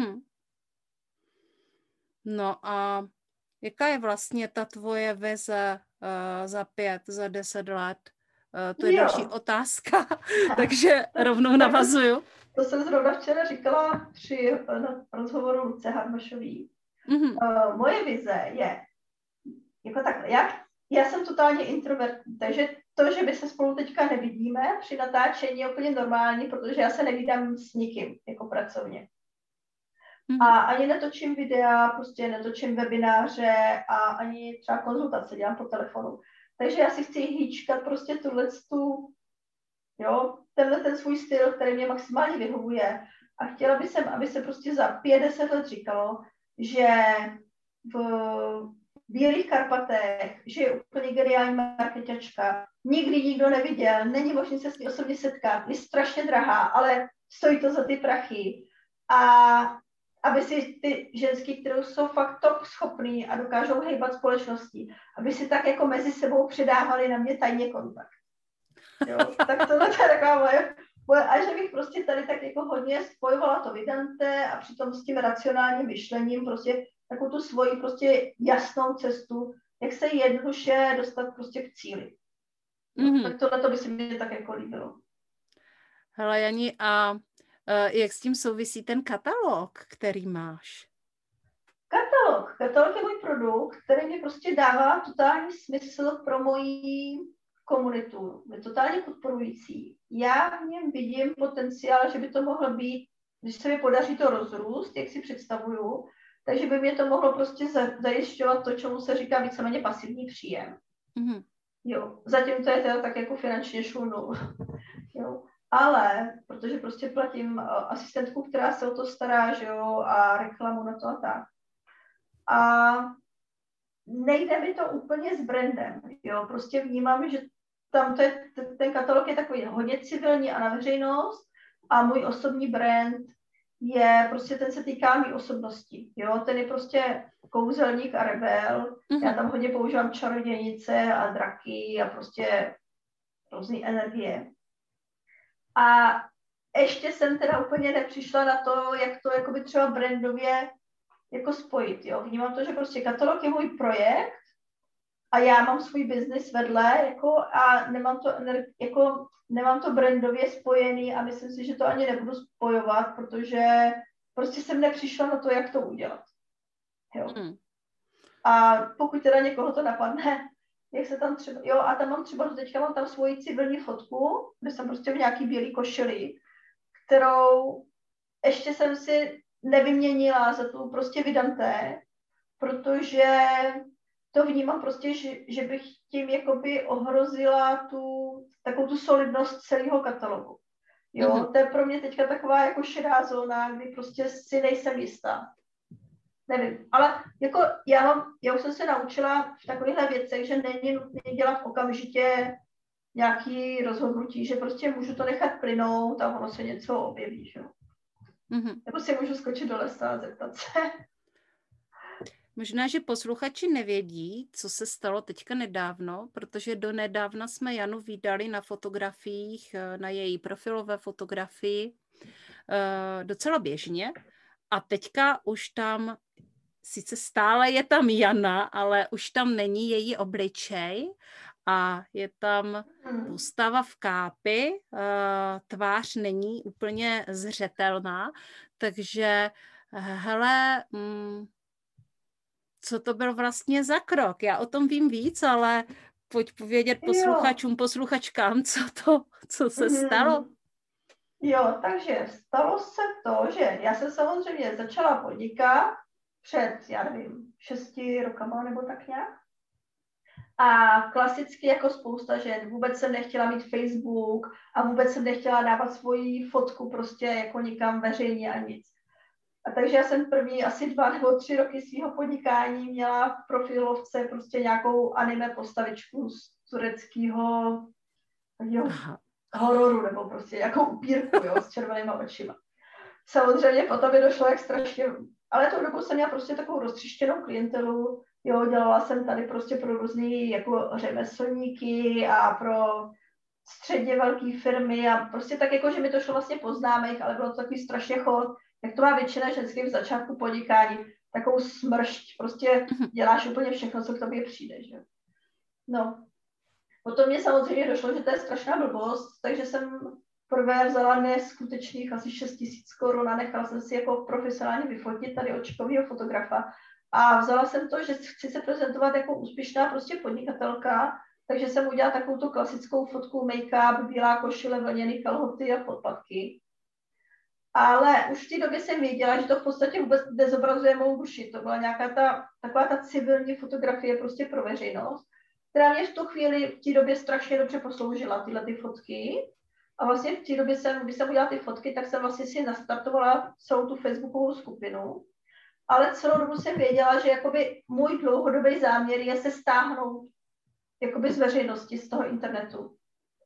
No a jaká je vlastně ta tvoje vize za 5, za 10 let? To je další otázka, takže rovnou navazuju. To jsem zrovna včera říkala při rozhovoru Luce Harmašový. Moje vize je, jako tak, já jsem totálně introvertní, takže to, že my se spolu teďka nevidíme při natáčení je úplně normální, protože já se nevídám s nikým, jako pracovně. A ani netočím videa, prostě netočím webináře a ani třeba konzultace dělám po telefonu. Takže já si chci hýčkat prostě tenhle svůj styl, který mě maximálně vyhovuje. A chtěla bych, aby se prostě za 50 let říkalo, že v Bílých Karpatech, že je úplně geniální marketačka, nikdy nikdo neviděl, není možné se s ní osobně setkat, je strašně drahá, ale stojí to za ty prachy. A aby si ty ženský, které jsou fakt top schopný a dokážou hejbat společností, aby si tak jako mezi sebou předávali na mě tajně kontakt. Jo, tak tohle je taková moje, a že bych prostě tady tak jako hodně spojovala to Vidante a přitom s tím racionálním myšlením prostě takovou tu svoji prostě jasnou cestu, jak se jednoduše dostat prostě k cíli. Tak tohle by se mi tak jako líbilo. Hele, Jani, a jak s tím souvisí ten katalog, který máš? Katalog je můj produkt, který mi prostě dává totální smysl pro moji komunitu. Je totálně podporující. Já v něm vidím potenciál, že by to mohlo být, když se mi podaří to rozrůst, jak si představuju, takže by mě to mohlo prostě zajišťovat to, čemu se říká víceméně pasivní příjem. Jo, zatím to je teda tak jako finančně šlu nul. Jo. ale protože prostě platím asistentku, která se o to stará, že jo, a reklamu na to a tak. A nejde mi to úplně s brandem, jo, prostě vnímám, že tam ten katalog je takový hodně civilní a na veřejnost a můj osobní brand je prostě, ten se týká mý osobnosti, jo, ten je prostě kouzelník a rebel, já tam hodně používám čarodějnice a draky a prostě různé energie. A ještě jsem teda úplně nepřišla na to, jak to jakoby třeba brandově jako spojit, jo. Vnímám to, že prostě katalog je můj projekt a já mám svůj biznis vedle, jako a nemám to brandově spojený a myslím si, že to ani nebudu spojovat, protože prostě jsem nepřišla na to, jak to udělat. Jo. A pokud teda někoho to napadne, jak se tam třeba, jo, a tam mám třeba, teďka mám tam svoji civilní fotku, kde jsem prostě v nějaký bílý košili, kterou ještě jsem si nevyměnila za tu prostě Vidante, protože to vnímám prostě, že bych tím jakoby ohrozila takovou tu solidnost celého katalogu. Jo, to je pro mě teďka taková jako šedá zóna, kdy prostě si nejsem jistá. Nevím, ale jako já už jsem se naučila v takovýchhle věcech, že není nutné dělat okamžitě nějaký rozhodnutí, že prostě můžu to nechat plynout a ono se něco objeví, že jo. Nebo si můžu skočit do lesa a zeptat se. Možná, že posluchači nevědí, co se stalo teďka nedávno, protože do nedávna jsme Janu vídali na fotografiích, na její profilové fotografii docela běžně a teďka už tam, sice stále je tam Jana, ale už tam není její obličej a je tam postava v kápi, tvář není úplně zřetelná, takže hele, co to byl vlastně za krok? Já o tom vím víc, ale pojď povědět posluchačům, posluchačkám, co se stalo. Jo, takže stalo se to, že já jsem samozřejmě začala podnikat před, já nevím, 6 rokama nebo tak nějak. A klasicky jako spousta žen, vůbec jsem nechtěla mít Facebook a vůbec jsem nechtěla dávat svoji fotku prostě jako nikam veřejně a nic. A takže já jsem první asi 2 nebo 3 roky svého podnikání měla v profilovce prostě nějakou anime postavičku z tureckého hororu nebo prostě nějakou upírku, jo, s červenýma očima. Samozřejmě potom mi došlo jak strašně, ale tou dobu jsem měla prostě takovou roztříštěnou klientelu, jo, dělala jsem tady prostě pro různý jako řemeslníky a pro středně velké firmy a prostě tak jako, že mi to šlo vlastně po známých, ale bylo to takový strašně chod, jak to má většina ženských v začátku podnikání, takovou smršť, prostě děláš úplně všechno, co k tobě přijde, že? No, potom mě samozřejmě došlo, že to je strašná blbost, takže jsem prvé vzala neskutečných asi 6 000 korun a nechala jsem si jako profesionálně vyfotit tady očkovýho fotografa a vzala jsem to, že chci se prezentovat jako úspěšná prostě podnikatelka, takže jsem udělala takovou tu klasickou fotku, make-up, bílá košile, vlněný kalhoty a podpatky. Ale už v té době jsem věděla, že to v podstatě vůbec nezobrazuje mou duši. To byla nějaká taková ta civilní fotografie prostě pro veřejnost, která mě v tu chvíli, v té době strašně dobře posloužila, tyhle ty fotky. A vlastně v té době když jsem udělala ty fotky, tak jsem vlastně si nastartovala celou tu facebookovou skupinu. Ale celou dobu jsem věděla, že jakoby můj dlouhodobý záměr je se stáhnout jakoby z veřejnosti, z toho internetu.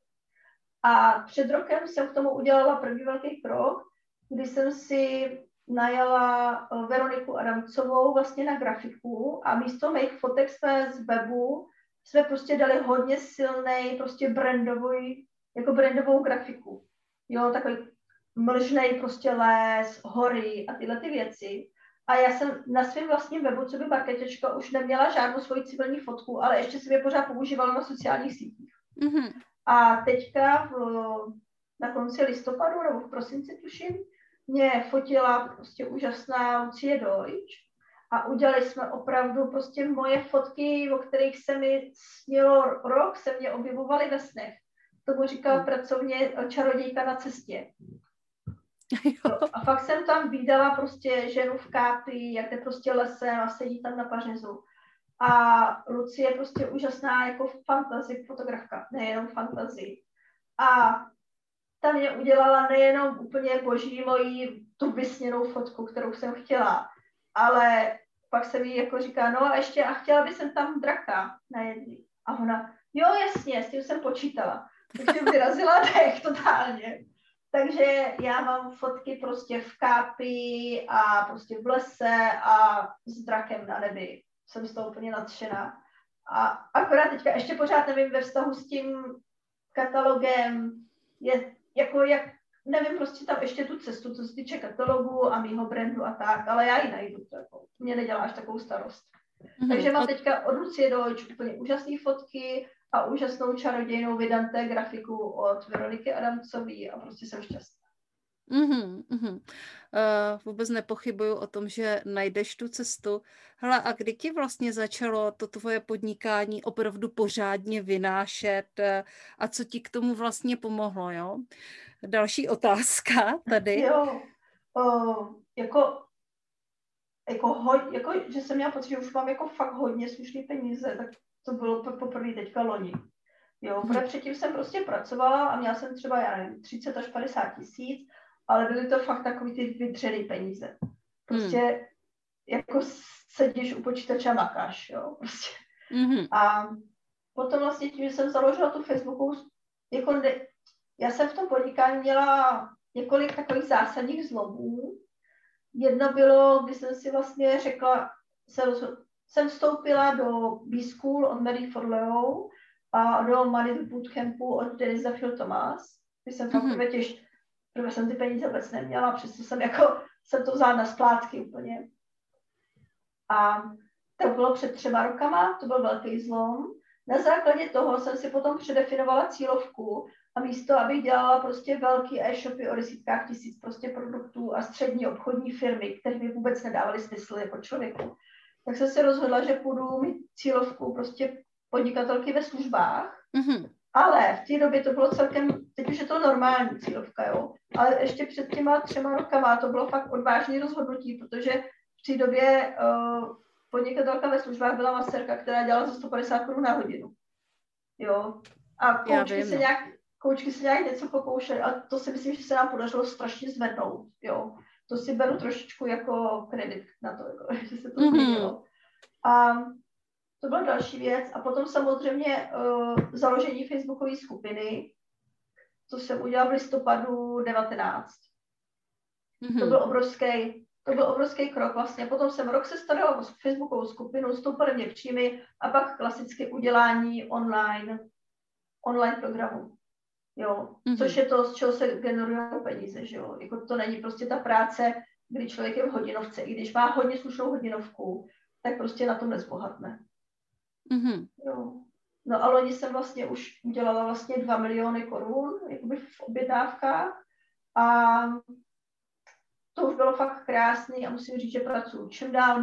A před rokem jsem k tomu udělala první velký krok, kdy jsem si najala Veroniku Adamcovou vlastně na grafiku a místo mých fotek jsme z webu jsme prostě dali hodně silnej, prostě brandovou grafiku. Jo, takový mlžnej prostě les, hory a tyhle ty věci. A já jsem na svém vlastním webu, co by marketečka, už neměla žádnou svoji civilní fotku, ale ještě jsem je pořád používala na sociálních sítích. A teďka na konci listopadu nebo v prosinci tuším, mě fotila prostě úžasná Lucie Deutsch a udělali jsme opravdu prostě moje fotky, o kterých se mi snilo rok, se mě objevovaly ve snech. Tomu říkala pracovně čarodějka na cestě. A fakt jsem tam viděla prostě ženu v kápi, jak jde prostě lesem a sedí tam na pařezu. A Lucie je prostě úžasná jako fantasy fotografka, nejenom fantasy. A ta mě udělala nejenom úplně boží moji tu vysněnou fotku, kterou jsem chtěla, ale pak se mi jako říká, no a ještě a chtěla by jsem tam draka na jedný. A ona, jo jasně, s tím jsem počítala. Takže vyrazila dech totálně. Takže já mám fotky prostě v kápi a prostě v lese a s drakem na nebi. Jsem z toho úplně nadšená. A akorát teďka ještě pořád nevím ve vztahu s tím katalogem, je jako jak, nevím prostě tam ještě tu cestu, co se týče katalogu a mýho brandu a tak, ale já ji najdu, to jako, mě neděláš takovou starost. Takže mám teďka od Lucie Deutsch úplně úžasné fotky a úžasnou čarodějnou Vidante grafiku od Veroniky Adamcové a prostě jsem šťastná. Vůbec nepochybuju o tom, že najdeš tu cestu. Hele, a kdy ti vlastně začalo to tvoje podnikání opravdu pořádně vynášet a co ti k tomu vlastně pomohlo, jo? Další otázka tady. Jo, že jsem měla pocit, že už mám jako fakt hodně slušný peníze, tak to bylo poprvé teďka loni. Jo, protože předtím jsem prostě pracovala a měla jsem třeba, já nevím, 30 až 50 tisíc, ale byly to fakt takový ty vydřený peníze. Prostě jako sedíš u počítače a makáš, jo, prostě. A potom vlastně tím, že jsem založila tu Facebookovou, jako já jsem v tom podnikání měla několik takových zásadních zlomů. Jedno bylo, když jsem si vlastně řekla, jsem vstoupila do B-School od Mary Forleo a do Money Bootcampu od Denisa Phil Thomas, když jsem fakt prvé jsem ty peníze vůbec neměla, přesto jsem to vzala na splátky úplně. A to bylo před 3 rokama, to byl velký zlom. Na základě toho jsem si potom předefinovala cílovku a místo, abych dělala prostě velký e-shopy o desítkách tisíc prostě produktů a střední obchodní firmy, které mi vůbec nedávaly smysl jako člověku, tak jsem si rozhodla, že půjdu mít cílovku prostě podnikatelky ve službách. Ale v té době to bylo celkem, teď už je to normální cílovka, jo. Ale ještě před těma 3 rokama to bylo fakt odvážné rozhodnutí, protože v té době podnikatelka ve službách byla masérka, která dělala za 150 Kč na hodinu. Jo. A koučky se nějak něco pokoušely a to si myslím, že se nám podařilo strašně zvednout. Jo. To si beru trošičku jako kredit na to, jako, že se to změnilo. A to byla další věc. A potom samozřejmě založení facebookové skupiny, co jsem udělala v listopadu 19. To byl obrovský krok vlastně. Potom jsem rok se starala o facebookovou skupinu, stoupaly mě příjmy a pak klasicky udělání online programu. Jo. Což je to, z čeho se generují peníze, že jo. Jako to není prostě ta práce, kdy člověk je v hodinovce. I když má hodně slušnou hodinovku, tak prostě na tom nezbohatne. Jo. No a loni jsem vlastně už udělala vlastně 2 miliony korun jakoby v objednávkách a to už bylo fakt krásný a musím říct, že pracuji čím dál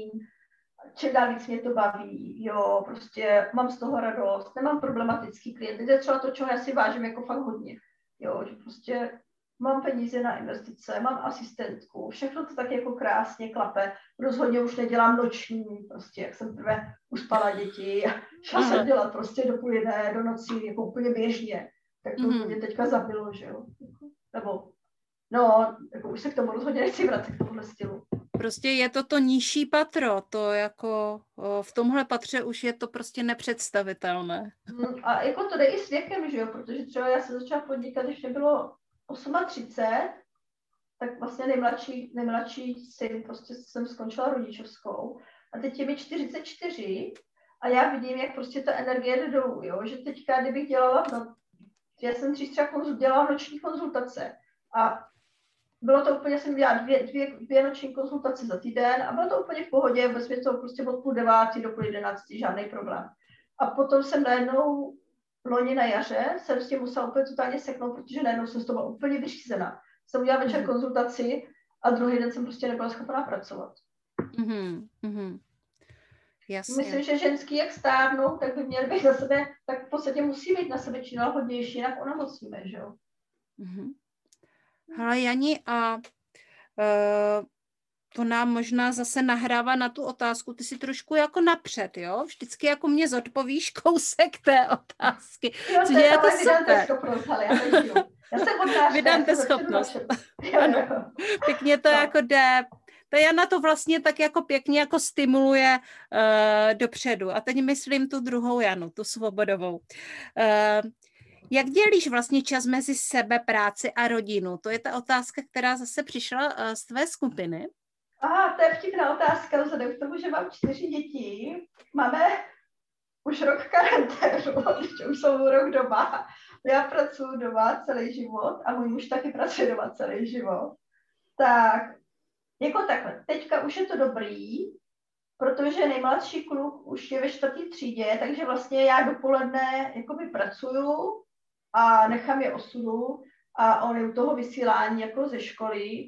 víc mě to baví, jo, prostě mám z toho radost, nemám problematický klienty, to je třeba to, čeho já si vážím jako fakt hodně, jo, že prostě mám peníze na investice, mám asistentku, všechno to tak jako krásně klape, rozhodně už nedělám noční, prostě jak jsem prvé uspala děti a šla jsem dělat prostě do 1:30 do noci, jako úplně běžně, tak to mě teďka zabilo, že jo, nebo no, jako už se k tomu rozhodně nechci vracet k tomuhle stylu. Prostě je to nižší patro, to jako v tomhle patře už je to prostě nepředstavitelné. A jako to jde i s věkem, že jo, protože třeba já jsem začala podnikat, když mě bylo 38, tak vlastně nejmladší syn, prostě jsem skončila rodičovskou a teď je mi 44 a já vidím, jak prostě ta energie jde dolů, jo, že teďka, kdybych dělala, já jsem třeba dělala noční konzultace a bylo to úplně, jsem dělala dvě noční konzultace za týden a bylo to úplně v pohodě, vůbec mě to prostě od 9:30 do 10:30, žádný problém. A potom jsem najednou loni na jaře jsem s tím musela úplně totálně seknout, protože najednou jsem z toho byla úplně vyřízená. Jsem udělala večer konzultaci a druhý den jsem prostě nebyla schopná pracovat. Jasně. Myslím, že ženský, jak stárnou, tak by měly být na sebe, tak v podstatě musí být na sebe čím dál hodnější, jinak onemocníme, že jo? Hele, Jani, a to nám možná zase nahrává na tu otázku, ty si trošku jako napřed, jo? Vždycky jako mě zodpovíš kousek té otázky. Jo, což je jako super. Já jsem vodnářka. Vydám schopnost. Ano, pěkně to jako jde. Ta Jana to vlastně tak jako pěkně jako stimuluje dopředu. A teď myslím tu druhou Janu, tu Svobodovou. Jak dělíš vlastně čas mezi sebe, práci a rodinu? To je ta otázka, která zase přišla z tvé skupiny. Aha, to je vtipná otázka, vzhledem k tomu, že mám 4 děti. Máme už rok karanténu, už jsou rok doma. Já pracuji doma celý život a můj muž taky pracuje doma celý život. Tak, jako takhle, teďka už je to dobrý, protože nejmladší kluk už je ve 4. třídě, takže vlastně já dopoledne jakoby pracuju a nechám je osudu a on je u toho vysílání jako ze školy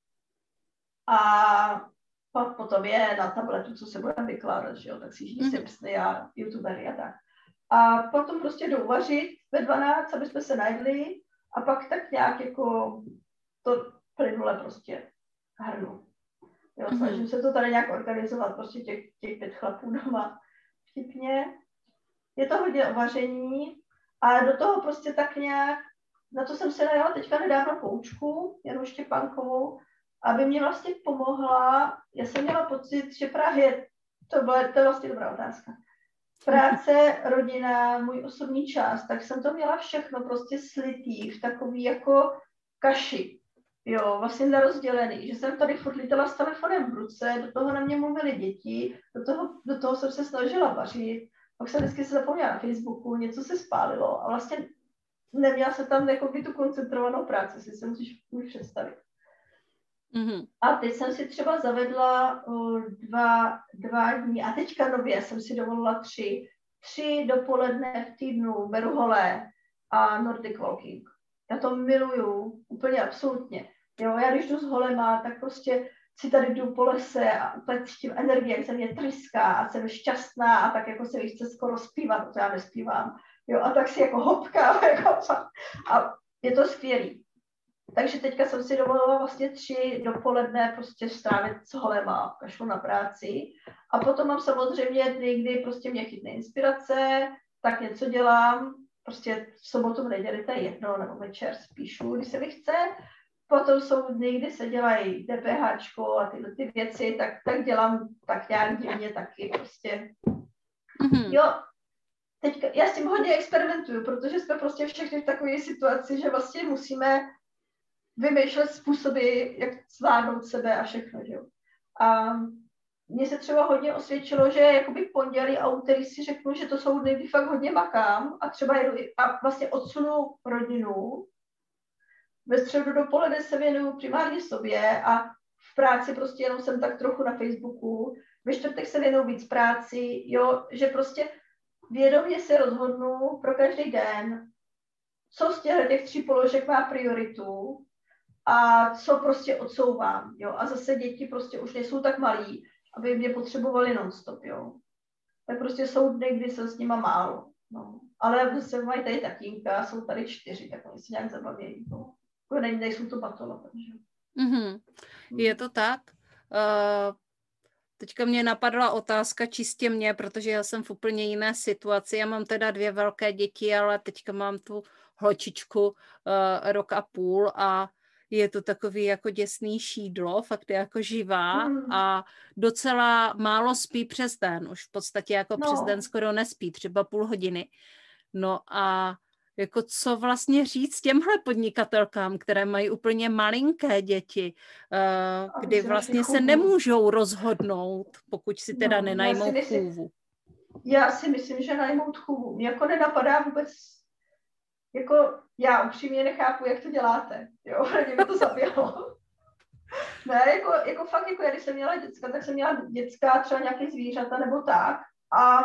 a pak potom je na tabletu, co se bude vykládat, že jo, tak si jíždí Simpsony a youtubery a tak. A potom prostě jdou vařit ve 12, aby jsme se najedli a pak tak nějak jako to plynule prostě hrnu. Jo, snažím se to tady nějak organizovat, prostě těch 5 chlapů doma vtipně. Je to hodně o vaření a do toho prostě tak nějak, na to jsem se najala teďka nedávno poučku, Janu Štěpánkovou, aby mě vlastně pomohla. Já jsem měla pocit, že právě to je vlastně dobrá otázka. Práce, rodina, můj osobní čas, tak jsem to měla všechno prostě slitý v takový jako kaši. Jo, vlastně nerozdělený, že jsem tady furt lítala s telefonem v ruce, do toho na mě mluvily děti, do toho jsem se snažila vařit, pak jsem vždycky se zapomněla na Facebooku, něco se spálilo a vlastně neměla se tam jako tu koncentrovanou práci, si se musíš představit. Mm-hmm. A teď jsem si třeba zavedla 2 dní a teďka nově jsem si dovolila 3 dopoledne v týdnu beru holé a Nordic walking. Já to miluju, úplně absolutně. Jo, já když jdu s holema, tak prostě si tady jdu po lese a úplně cítím energii, jak se mě tryská a jsem šťastná a tak jako se chce skoro zpívat, to já nespívám. Jo, a tak si jako hopkám, jako a je to skvělý. Takže teďka jsem si dovolila vlastně 3 dopoledne prostě strávit s holema, kašlu na práci. A potom mám samozřejmě dny, kdy prostě mě chytne inspirace, tak něco dělám. Prostě v sobotu, v neděli to je jedno, nebo večer spíšu, když se mi chce. Potom jsou dny, kdy se dělají DPHčko a tyhle ty věci, tak dělám tak nějak divně taky prostě. Mm-hmm. Jo, teďka, já s tím hodně experimentuju, protože jsme prostě všechny v takové situaci, že vlastně musíme vymýšlet způsoby, jak zvládnout sebe a všechno, že jo. A mně se třeba hodně osvědčilo, že jakoby pondělí a úterý si řeknu, že to jsou dny, kdy fakt hodně makám a třeba jedu a vlastně odsunu rodinu. Ve středu dopoledne se věnuju primárně sobě a v práci prostě jenom jsem tak trochu na Facebooku. Ve čtvrtek se věnuju víc práci, jo, že prostě vědomě se rozhodnu pro každý den, co z těch 3 položek má prioritu a co prostě odsouvám, jo. A zase děti prostě už nejsou tak malí, aby mě potřebovali non-stop, jo. Tak prostě jsou dny, kdy jsem s nima málo, no. Ale zase mají tady tatínka, jsou tady 4, tak oni se nějak zabavějí, no. Nejsou to batola, takže. Mm-hmm. Je to tak? Teďka mě napadla otázka čistě mě, protože já jsem v úplně jiné situaci. Já mám teda 2 velké děti, ale teďka mám tu holčičku 1,5 roku a je to takový jako děsný šídlo, fakt je jako živá a docela málo spí přes den. Už v podstatě jako přes den skoro nespí, třeba půl hodiny. No a jako co vlastně říct těmhle podnikatelkám, které mají úplně malinké děti, kdy vlastně se nemůžou rozhodnout, pokud si teda nenajmou chůvu. Já si myslím, že najmout chůvu. Mě jako nenapadá vůbec, jako já upřímně nechápu, jak to děláte, jo, mě by to zabilo. Ne, jako fakt, jako já když jsem měla děcka, tak jsem měla děcka, třeba nějaké zvířata nebo tak a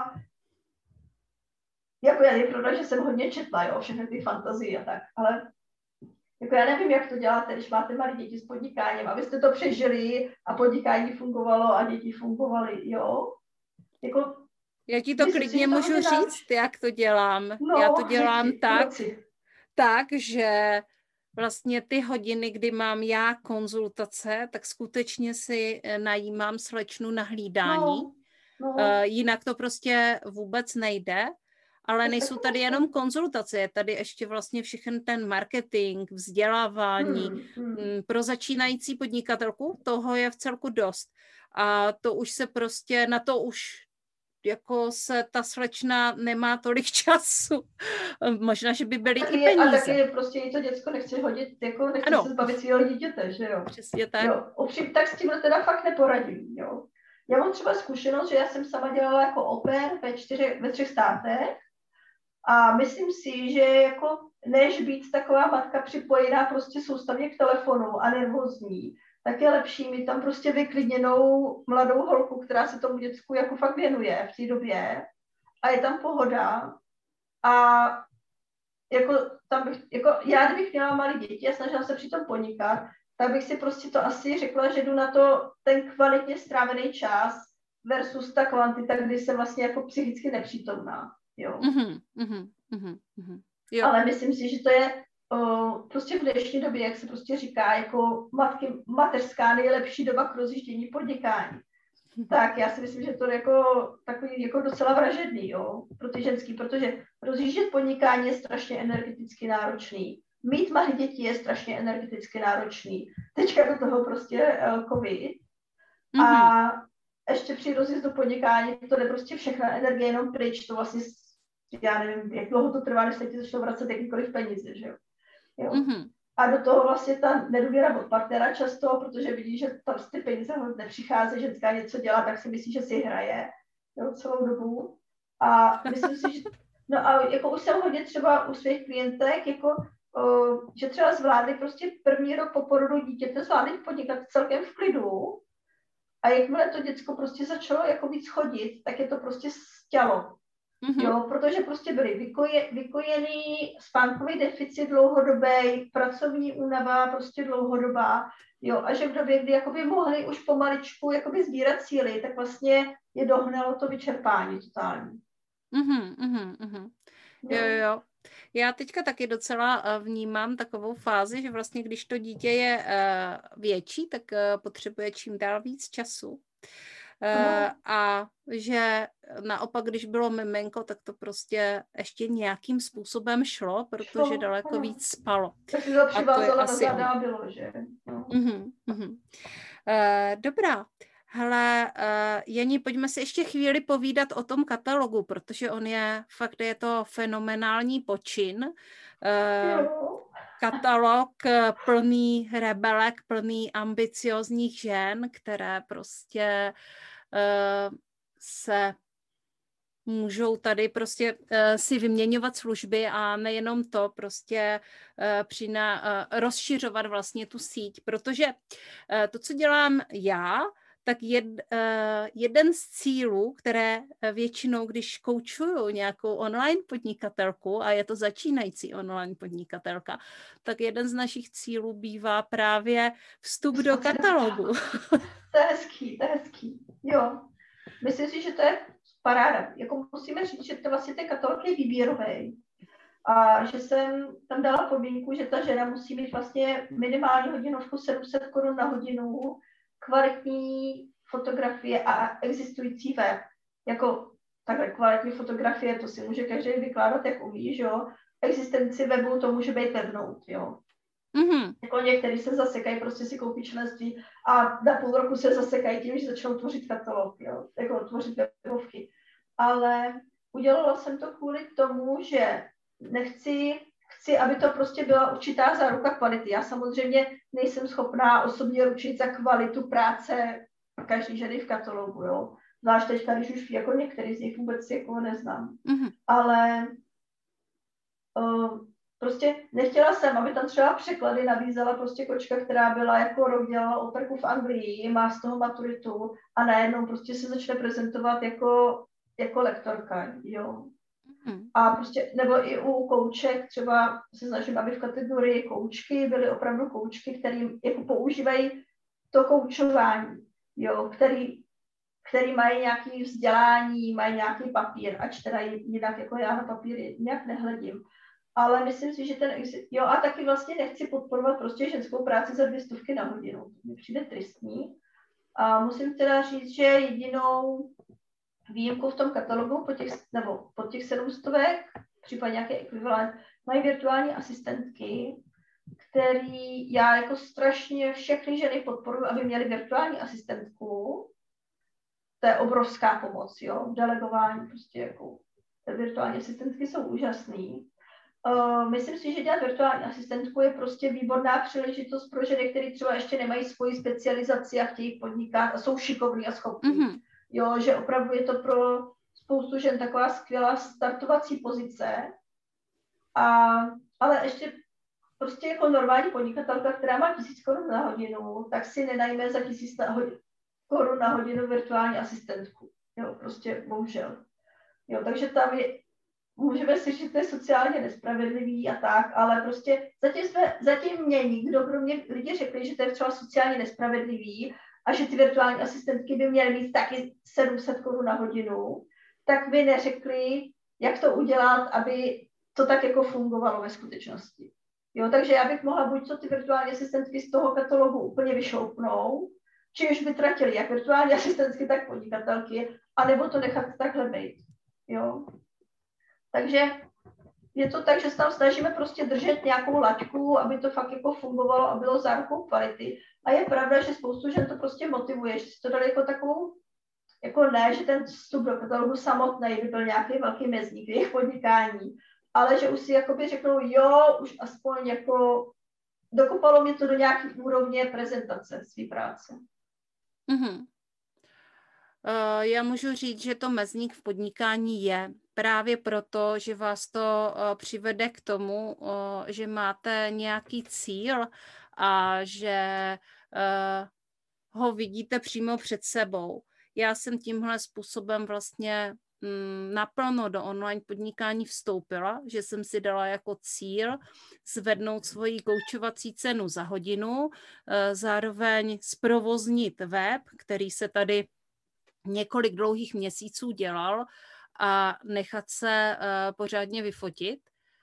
jako je pravda, že jsem hodně četla, jo, všechny ty fantazie a tak, ale jako já nevím, jak to děláte, když máte malé děti s podnikáním, abyste to přežili a podnikání fungovalo a děti fungovaly, jo? Jako, já ti to klidně můžu říct, jak to dělám. No, já to dělám tak, že vlastně ty hodiny, kdy mám já konzultace, tak skutečně si najímám slečnu na hlídání. Jinak to prostě vůbec nejde. Ale nejsou tady jenom konzultace, je tady ještě vlastně všechny ten marketing, vzdělávání. Pro začínající podnikatelku toho je v celku dost. A to už se prostě, na to už jako se ta slečna nemá tolik času. Možná, že by byly i peníze. A taky prostě i to děcko nechce hodit, jako nechce se zbavit svého dítěte, že jo? Přesně tak. Jo, tak s tímhle teda fakt neporadím, jo. Já mám třeba zkušenost, že já jsem sama dělala jako au pair ve 3 státech a myslím si, že jako než být taková matka připojená prostě soustavně k telefonu a nervózní, tak je lepší mít tam prostě vyklidněnou mladou holku, která se tomu děcku jako fakt věnuje v té době a je tam pohoda a jako tam bych, jako já kdybych měla malé děti a snažila se přitom podnikat, tak bych si prostě to asi řekla, že jdu na to ten kvalitně strávený čas versus ta kvantita, kdy jsem vlastně jako psychicky nepřítomná, jo. Jo. Ale myslím si, že to je prostě v dnešní době, jak se prostě říká, jako mateřská nejlepší doba k rozjíždění podnikání. Tak já si myslím, že to je jako takový jako docela vražedný, jo, pro ty ženský, protože rozjíždět podnikání je strašně energeticky náročný. Mít malé děti je strašně energeticky náročný. Teďka do toho prostě covid. A ještě při rozjezdu podnikání to jde prostě všechna energie jenom pryč. To vlastně, já nevím, jak dlouho to trvá, než se ti začnou vracet jakýkoliv peníze, že jo. A do toho vlastně ta nedůvěra od partnera často, protože vidí, že tam ty peníze nepřichází, ženská něco dělá, tak si myslí, že si hraje, jo, celou dobu. A myslím si, že no a jako už jsem hodně třeba u svých klientek, jako že třeba zvládli prostě první rok po porodu dítěte, zvládli podnikat celkem v klidu a jakmile to děcko prostě začalo jako víc chodit, tak je to prostě stělo. Jo, protože prostě byly vykojený, spánkový deficit dlouhodobý, pracovní únava prostě dlouhodobá, jo, a že v době, kdy jakoby mohli už pomaličku jakoby sbírat síly, tak vlastně je dohnalo to vyčerpání totální. Jo. Já teďka taky docela vnímám takovou fázi, že vlastně když to dítě je větší, tak potřebuje čím dál víc času. A že naopak, když bylo miminko, tak to prostě ještě nějakým způsobem šlo, protože daleko víc spalo. Tak si to přivázala na záda bylo, že? No. Dobrá. Hele, Jani, pojďme si ještě chvíli povídat o tom katalogu, protože je to fenomenální počin. Katalog plný rebelek, plný ambiciozních žen, které prostě se můžou tady prostě si vyměňovat služby a nejenom to, prostě rozšiřovat vlastně tu síť, protože to, co dělám já, tak jeden z cílů, které většinou, když koučuju nějakou online podnikatelku, a je to začínající online podnikatelka, tak jeden z našich cílů bývá právě vstup do katalogu. To je hezký. Jo. Myslím si, že to je paráda. Jako musíme říct, že to vlastně ten katalog je výběrový. A že jsem tam dala podmínku, že ta žena musí mít vlastně minimální hodinovku 700 Kč na hodinu, kvalitní fotografie a existující web. Jako takhle kvalitní fotografie, to si může každý vykládat, jak umí, že jo. Existenci webu, to může být webnout, jo. Jako některý se zasekají, prostě si koupí členství a na půl roku se zasekají tím, že začnou tvořit katalog, jo. Jako tvořit webovky. Ale udělala jsem to kvůli tomu, že chci, aby to prostě byla určitá záruka kvality. Já samozřejmě nejsem schopná osobně ručit za kvalitu práce každý ženy v katalogu, jo. Zvlášť teďka, když už jako některý z nich vůbec jako neznám. Ale prostě nechtěla jsem, aby tam třeba překlady nabízela prostě kočka, která byla jako rok dělala operku v Anglii, má z toho maturitu a najednou prostě se začne prezentovat jako lektorka, jo. A prostě, nebo i u kouček třeba se snažím, aby v kategorii koučky byly opravdu koučky, které jako používají to koučování, jo, který mají nějaké vzdělání, mají nějaký papír, ač teda jinak jako já na papír nějak nehledím. Ale myslím si, že jo, a taky vlastně nechci podporovat prostě ženskou práci za 200 na hodinu. To mi přijde tristní. A musím teda říct, že jedinou výjimku v tom katalogu pod těch 700, případně nějaký ekvivalent, mají virtuální asistentky, který já jako strašně všechny ženy podporuji, aby měly virtuální asistentku. To je obrovská pomoc, jo, delegování, prostě jako virtuální asistentky jsou úžasný. Myslím si, že dělat virtuální asistentku je prostě výborná příležitost pro ženy, které třeba ještě nemají svoji specializaci a chtějí podnikat a jsou šikovní a schopní. Mm-hmm. Jo, že opravdu je to pro spoustu žen taková skvělá startovací pozice. Ale ještě prostě jako normální podnikatelka, která má 1000 korun na hodinu, tak si nenajme za 1000 korun na hodinu virtuální asistentku. Jo, prostě bohužel. Jo, takže tam můžeme si říct, že to je sociálně nespravedlivý a tak, ale prostě zatím mě nikdo, kromě lidi řekli, že to je třeba sociálně nespravedlivý a že ty virtuální asistentky by měly mít taky 700 korun na hodinu, tak by neřekli, jak to udělat, aby to tak jako fungovalo ve skutečnosti. Jo, takže já bych mohla buď co ty virtuální asistentky z toho katalogu úplně vyšoupnout, či už by tratili jak virtuální asistentky, tak podnikatelky, anebo to nechat takhle být. Jo. Takže je to tak, že se tam snažíme prostě držet nějakou laťku, aby to fakt jako fungovalo a bylo zárukou kvality. A je pravda, že spoustu žen to prostě motivuje, že si to dali jako takovou, jako ne, že ten vstup do katalogu samotný by byl nějaký velký mezník v jejich podnikání, ale že už si jakoby řeknou, jo, už aspoň jako dokopalo mě to do nějaké úrovně prezentace své práce. Mm-hmm. Já můžu říct, že to mezník v podnikání je právě proto, že vás to přivede k tomu, že máte nějaký cíl a že ho vidíte přímo před sebou. Já jsem tímhle způsobem vlastně naplno do online podnikání vstoupila, že jsem si dala jako cíl zvednout svoji koučovací cenu za hodinu, zároveň zprovoznit web, který se tady několik dlouhých měsíců dělal a nechat se pořádně vyfotit.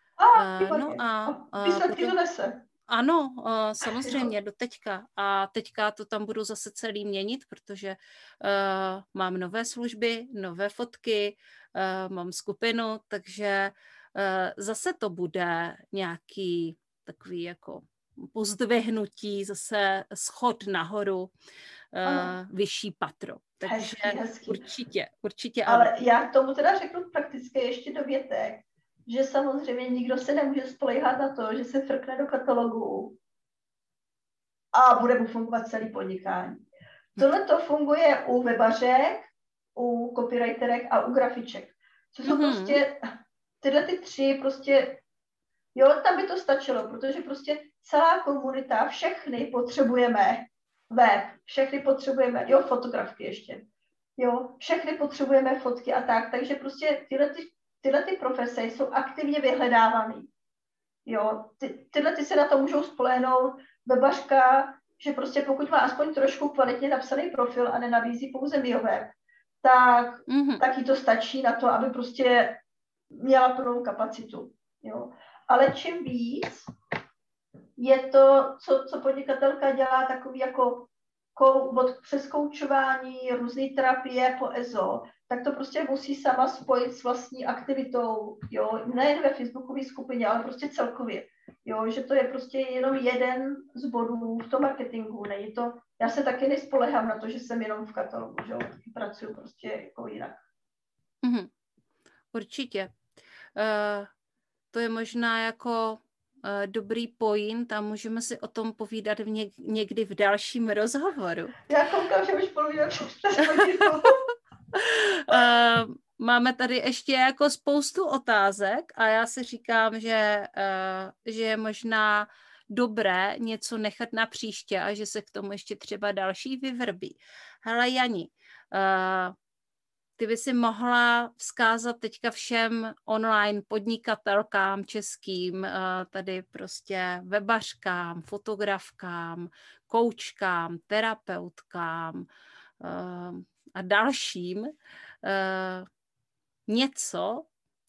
Výsledky to nese. Ano, samozřejmě do teďka. A teďka to tam budu zase celý měnit, protože mám nové služby, nové fotky, mám skupinu, takže zase to bude nějaký takový jako pozdvihnutí, zase schod nahoru, vyšší patro. Takže hezky. Určitě. Ale já k tomu teda řeknu prakticky ještě dovětek, že samozřejmě nikdo se nemůže spoléhat na to, že se frkne do katalogu a bude mu fungovat celý podnikání. Tohle to funguje u webařek, u copywriterek a u grafiček. Co jsou prostě tyhle ty tři prostě, jo, tam by to stačilo, protože prostě celá komunita, všechny potřebujeme web, všechny potřebujeme, jo, fotografky ještě, jo, všechny potřebujeme fotky a tak, takže prostě tyhle ty profese jsou aktivně vyhledávaný. Jo, tyhle ty se na to můžou spolehnout, webařka, že prostě pokud má aspoň trošku kvalitně napsaný profil a nenabízí pouze web, tak jí to stačí na to, aby prostě měla plnou kapacitu. Jo. Ale čím víc je to, co podnikatelka dělá, takový jako přes koučování, různé terapie po EZO, tak to prostě musí sama spojit s vlastní aktivitou, jo, nejen ve facebookové skupině, ale prostě celkově, jo, že to je prostě jenom jeden z bodů v tom marketingu, není to, já se taky nespolehám na to, že jsem jenom v katalogu, že jo, pracuji prostě jako jinak. Určitě. To je možná jako dobrý point a můžeme si o tom povídat někdy v dalším rozhovoru. Já koukám, že už povídám Máme tady ještě jako spoustu otázek a já si říkám, že je možná dobré něco nechat na příště a že se k tomu ještě třeba další vyvrbí. Hele Jani, ty by si mohla vzkázat teďka všem online podnikatelkám českým, tady prostě webařkám, fotografkám, koučkám, terapeutkám a dalším něco,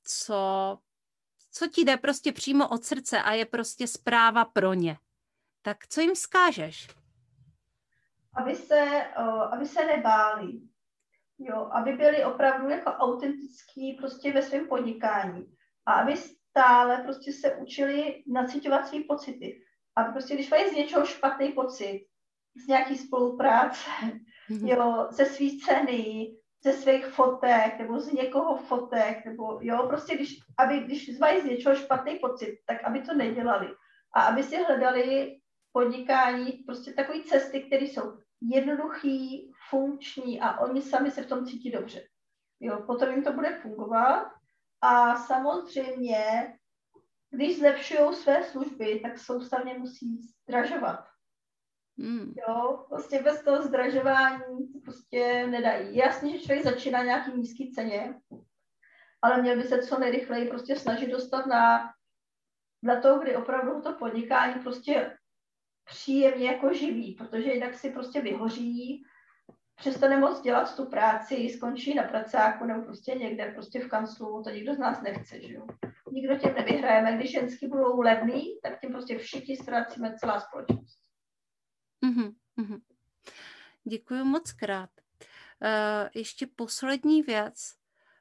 co ti jde prostě přímo od srdce a je prostě zpráva pro ně. Tak co jim vzkážeš? Aby se nebáli. Jo, aby byli opravdu jako autentický prostě ve svém podnikání. A aby stále prostě se učili naciťovat svý pocity. Aby prostě, když mají z něčeho špatný pocit, z nějaký spolupráce, jo, ze svý ceny, ze svých fotek, nebo z někoho fotek, nebo jo, prostě když mají z něčeho špatný pocit, tak aby to nedělali. A aby si hledali podnikání, prostě takové cesty, které jsou jednoduchý, funkční a oni sami se v tom cítí dobře. Jo, potom jim to bude fungovat a samozřejmě, když zlepšují své služby, tak soustavně musí zdražovat. Jo, prostě bez toho zdražování prostě nedají. Jasně, že člověk začíná na nějaký nízký ceně, ale měl by se co nejrychleji prostě snažit dostat na to, kdy opravdu to podnikání prostě příjemně jako živí, protože jinak si prostě vyhoří, přestane moc dělat tu práci, skončí na pracáku nebo prostě někde prostě v kanclu, to nikdo z nás nechce, že jo. Nikdo tím nevyhrajeme, když ženský budou levný, tak tím prostě všichni ztrácíme, celá společnost. Děkuji moc krát. Ještě poslední věc.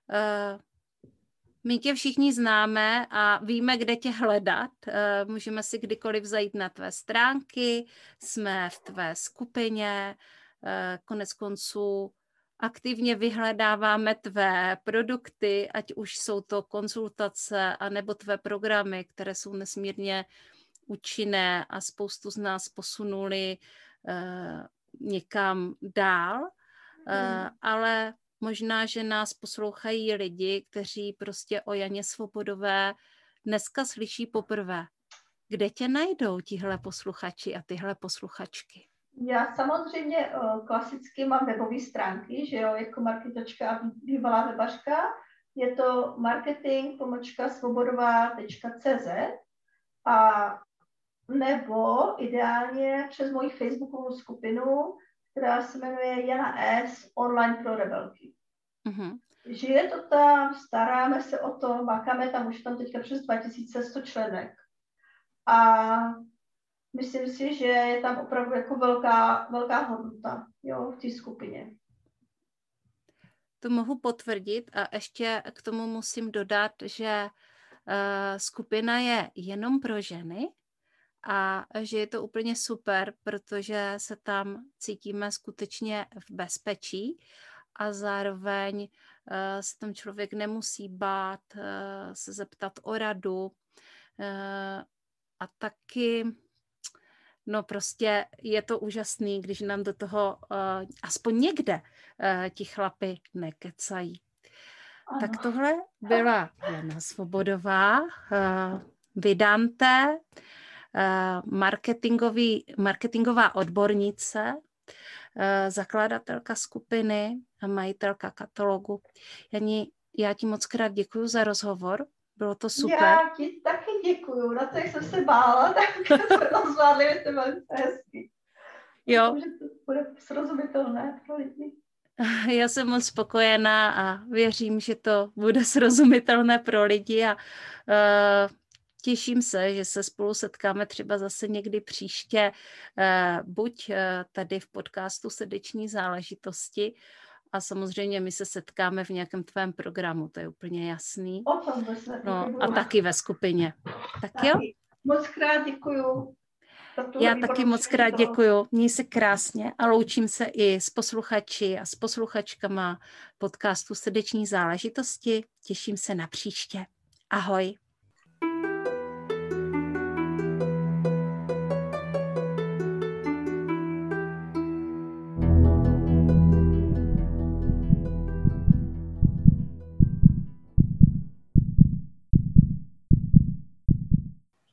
My tě všichni známe a víme, kde tě hledat. Můžeme si kdykoliv zajít na tvé stránky, jsme v tvé skupině, konec konců aktivně vyhledáváme tvé produkty, ať už jsou to konzultace, anebo tvé programy, které jsou nesmírně účinné a spoustu z nás posunuli někam dál, ale možná, že nás poslouchají lidi, kteří prostě o Janě Svobodové dneska slyší poprvé. Kde tě najdou tihle posluchači a tyhle posluchačky? Já samozřejmě klasicky mám webové stránky, že jo, jako marketačka a bývalá webařka. Je to marketing.svobodová.cz a nebo ideálně přes moji facebookovou skupinu, která se jmenuje Jana S. Online pro rebelky. Žije to tam, staráme se o to, makáme tam už tam teďka přes 2100 členek. A myslím si, že je tam opravdu jako velká hodnota, jo, v té skupině. To mohu potvrdit a ještě k tomu musím dodat, že skupina je jenom pro ženy a že je to úplně super, protože se tam cítíme skutečně v bezpečí a zároveň se tam člověk nemusí bát se zeptat o radu a taky no prostě je to úžasný, když nám do toho aspoň někde ti chlapi nekecají. Ano. Tak tohle byla Jana Svobodová, Vidante, marketingová odbornice, zakladatelka skupiny a majitelka katalogu. Jani, já ti moc krát děkuju za rozhovor. Bylo to super. Já ti taky děkuju. Na to, jak jsem se bála, tak jsme to zvládli, to velice hezky. Jo. Myslím, že to bude srozumitelné pro lidi. Já jsem moc spokojená a věřím, že to bude srozumitelné pro lidi a těším se, že se spolu setkáme třeba zase někdy příště, buď tady v podcastu Srdeční záležitosti, a samozřejmě my se setkáme v nějakém tvém programu, to je úplně jasný. No, a taky ve skupině. Tak jo? Moc krát děkuju. Já taky moc krát děkuju. Měj se krásně a loučím se i s posluchači a s posluchačkama podcastu Srdeční záležitosti. Těším se na příště. Ahoj.